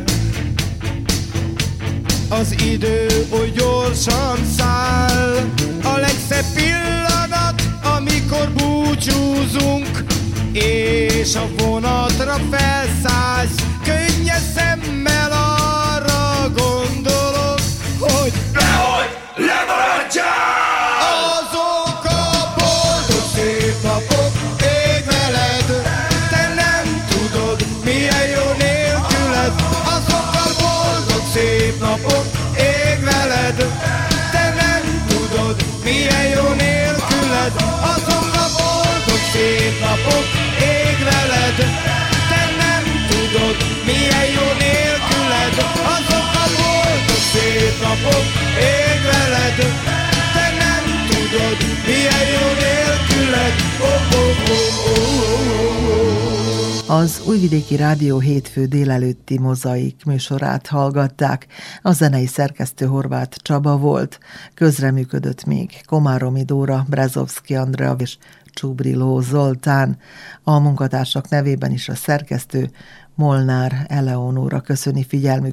Az idő oly gyorsan száll, a legszebb pillanat, amikor búcsúzunk, és a vonatra felszállsz. Könnyes szemmel arra gondolok, hogy nehogy lemaradjál! Azok a boldog szép napok ég veled, te nem tudod, milyen jó nélküled. Azok a boldog szép napok ég veled, te nem tudod, milyen jó nélküled. Azok a boldog szép napok ég veled, te nem tudod, milyen jó nélküled. Azok a boldog szép napok ég veled, te nem tudod, milyen jó nélküled. Oh, oh, oh, oh, oh. Az Újvidéki Rádió hétfő délelőtti Mozaik műsorát hallgatták. A zenei szerkesztő Horváth Csaba volt. Közreműködött még Komáromi Dóra, Brezovszky Andrea és Csubriló Zoltán. A munkatársak nevében is a szerkesztő Molnár Eleonóra köszöni figyelmüket.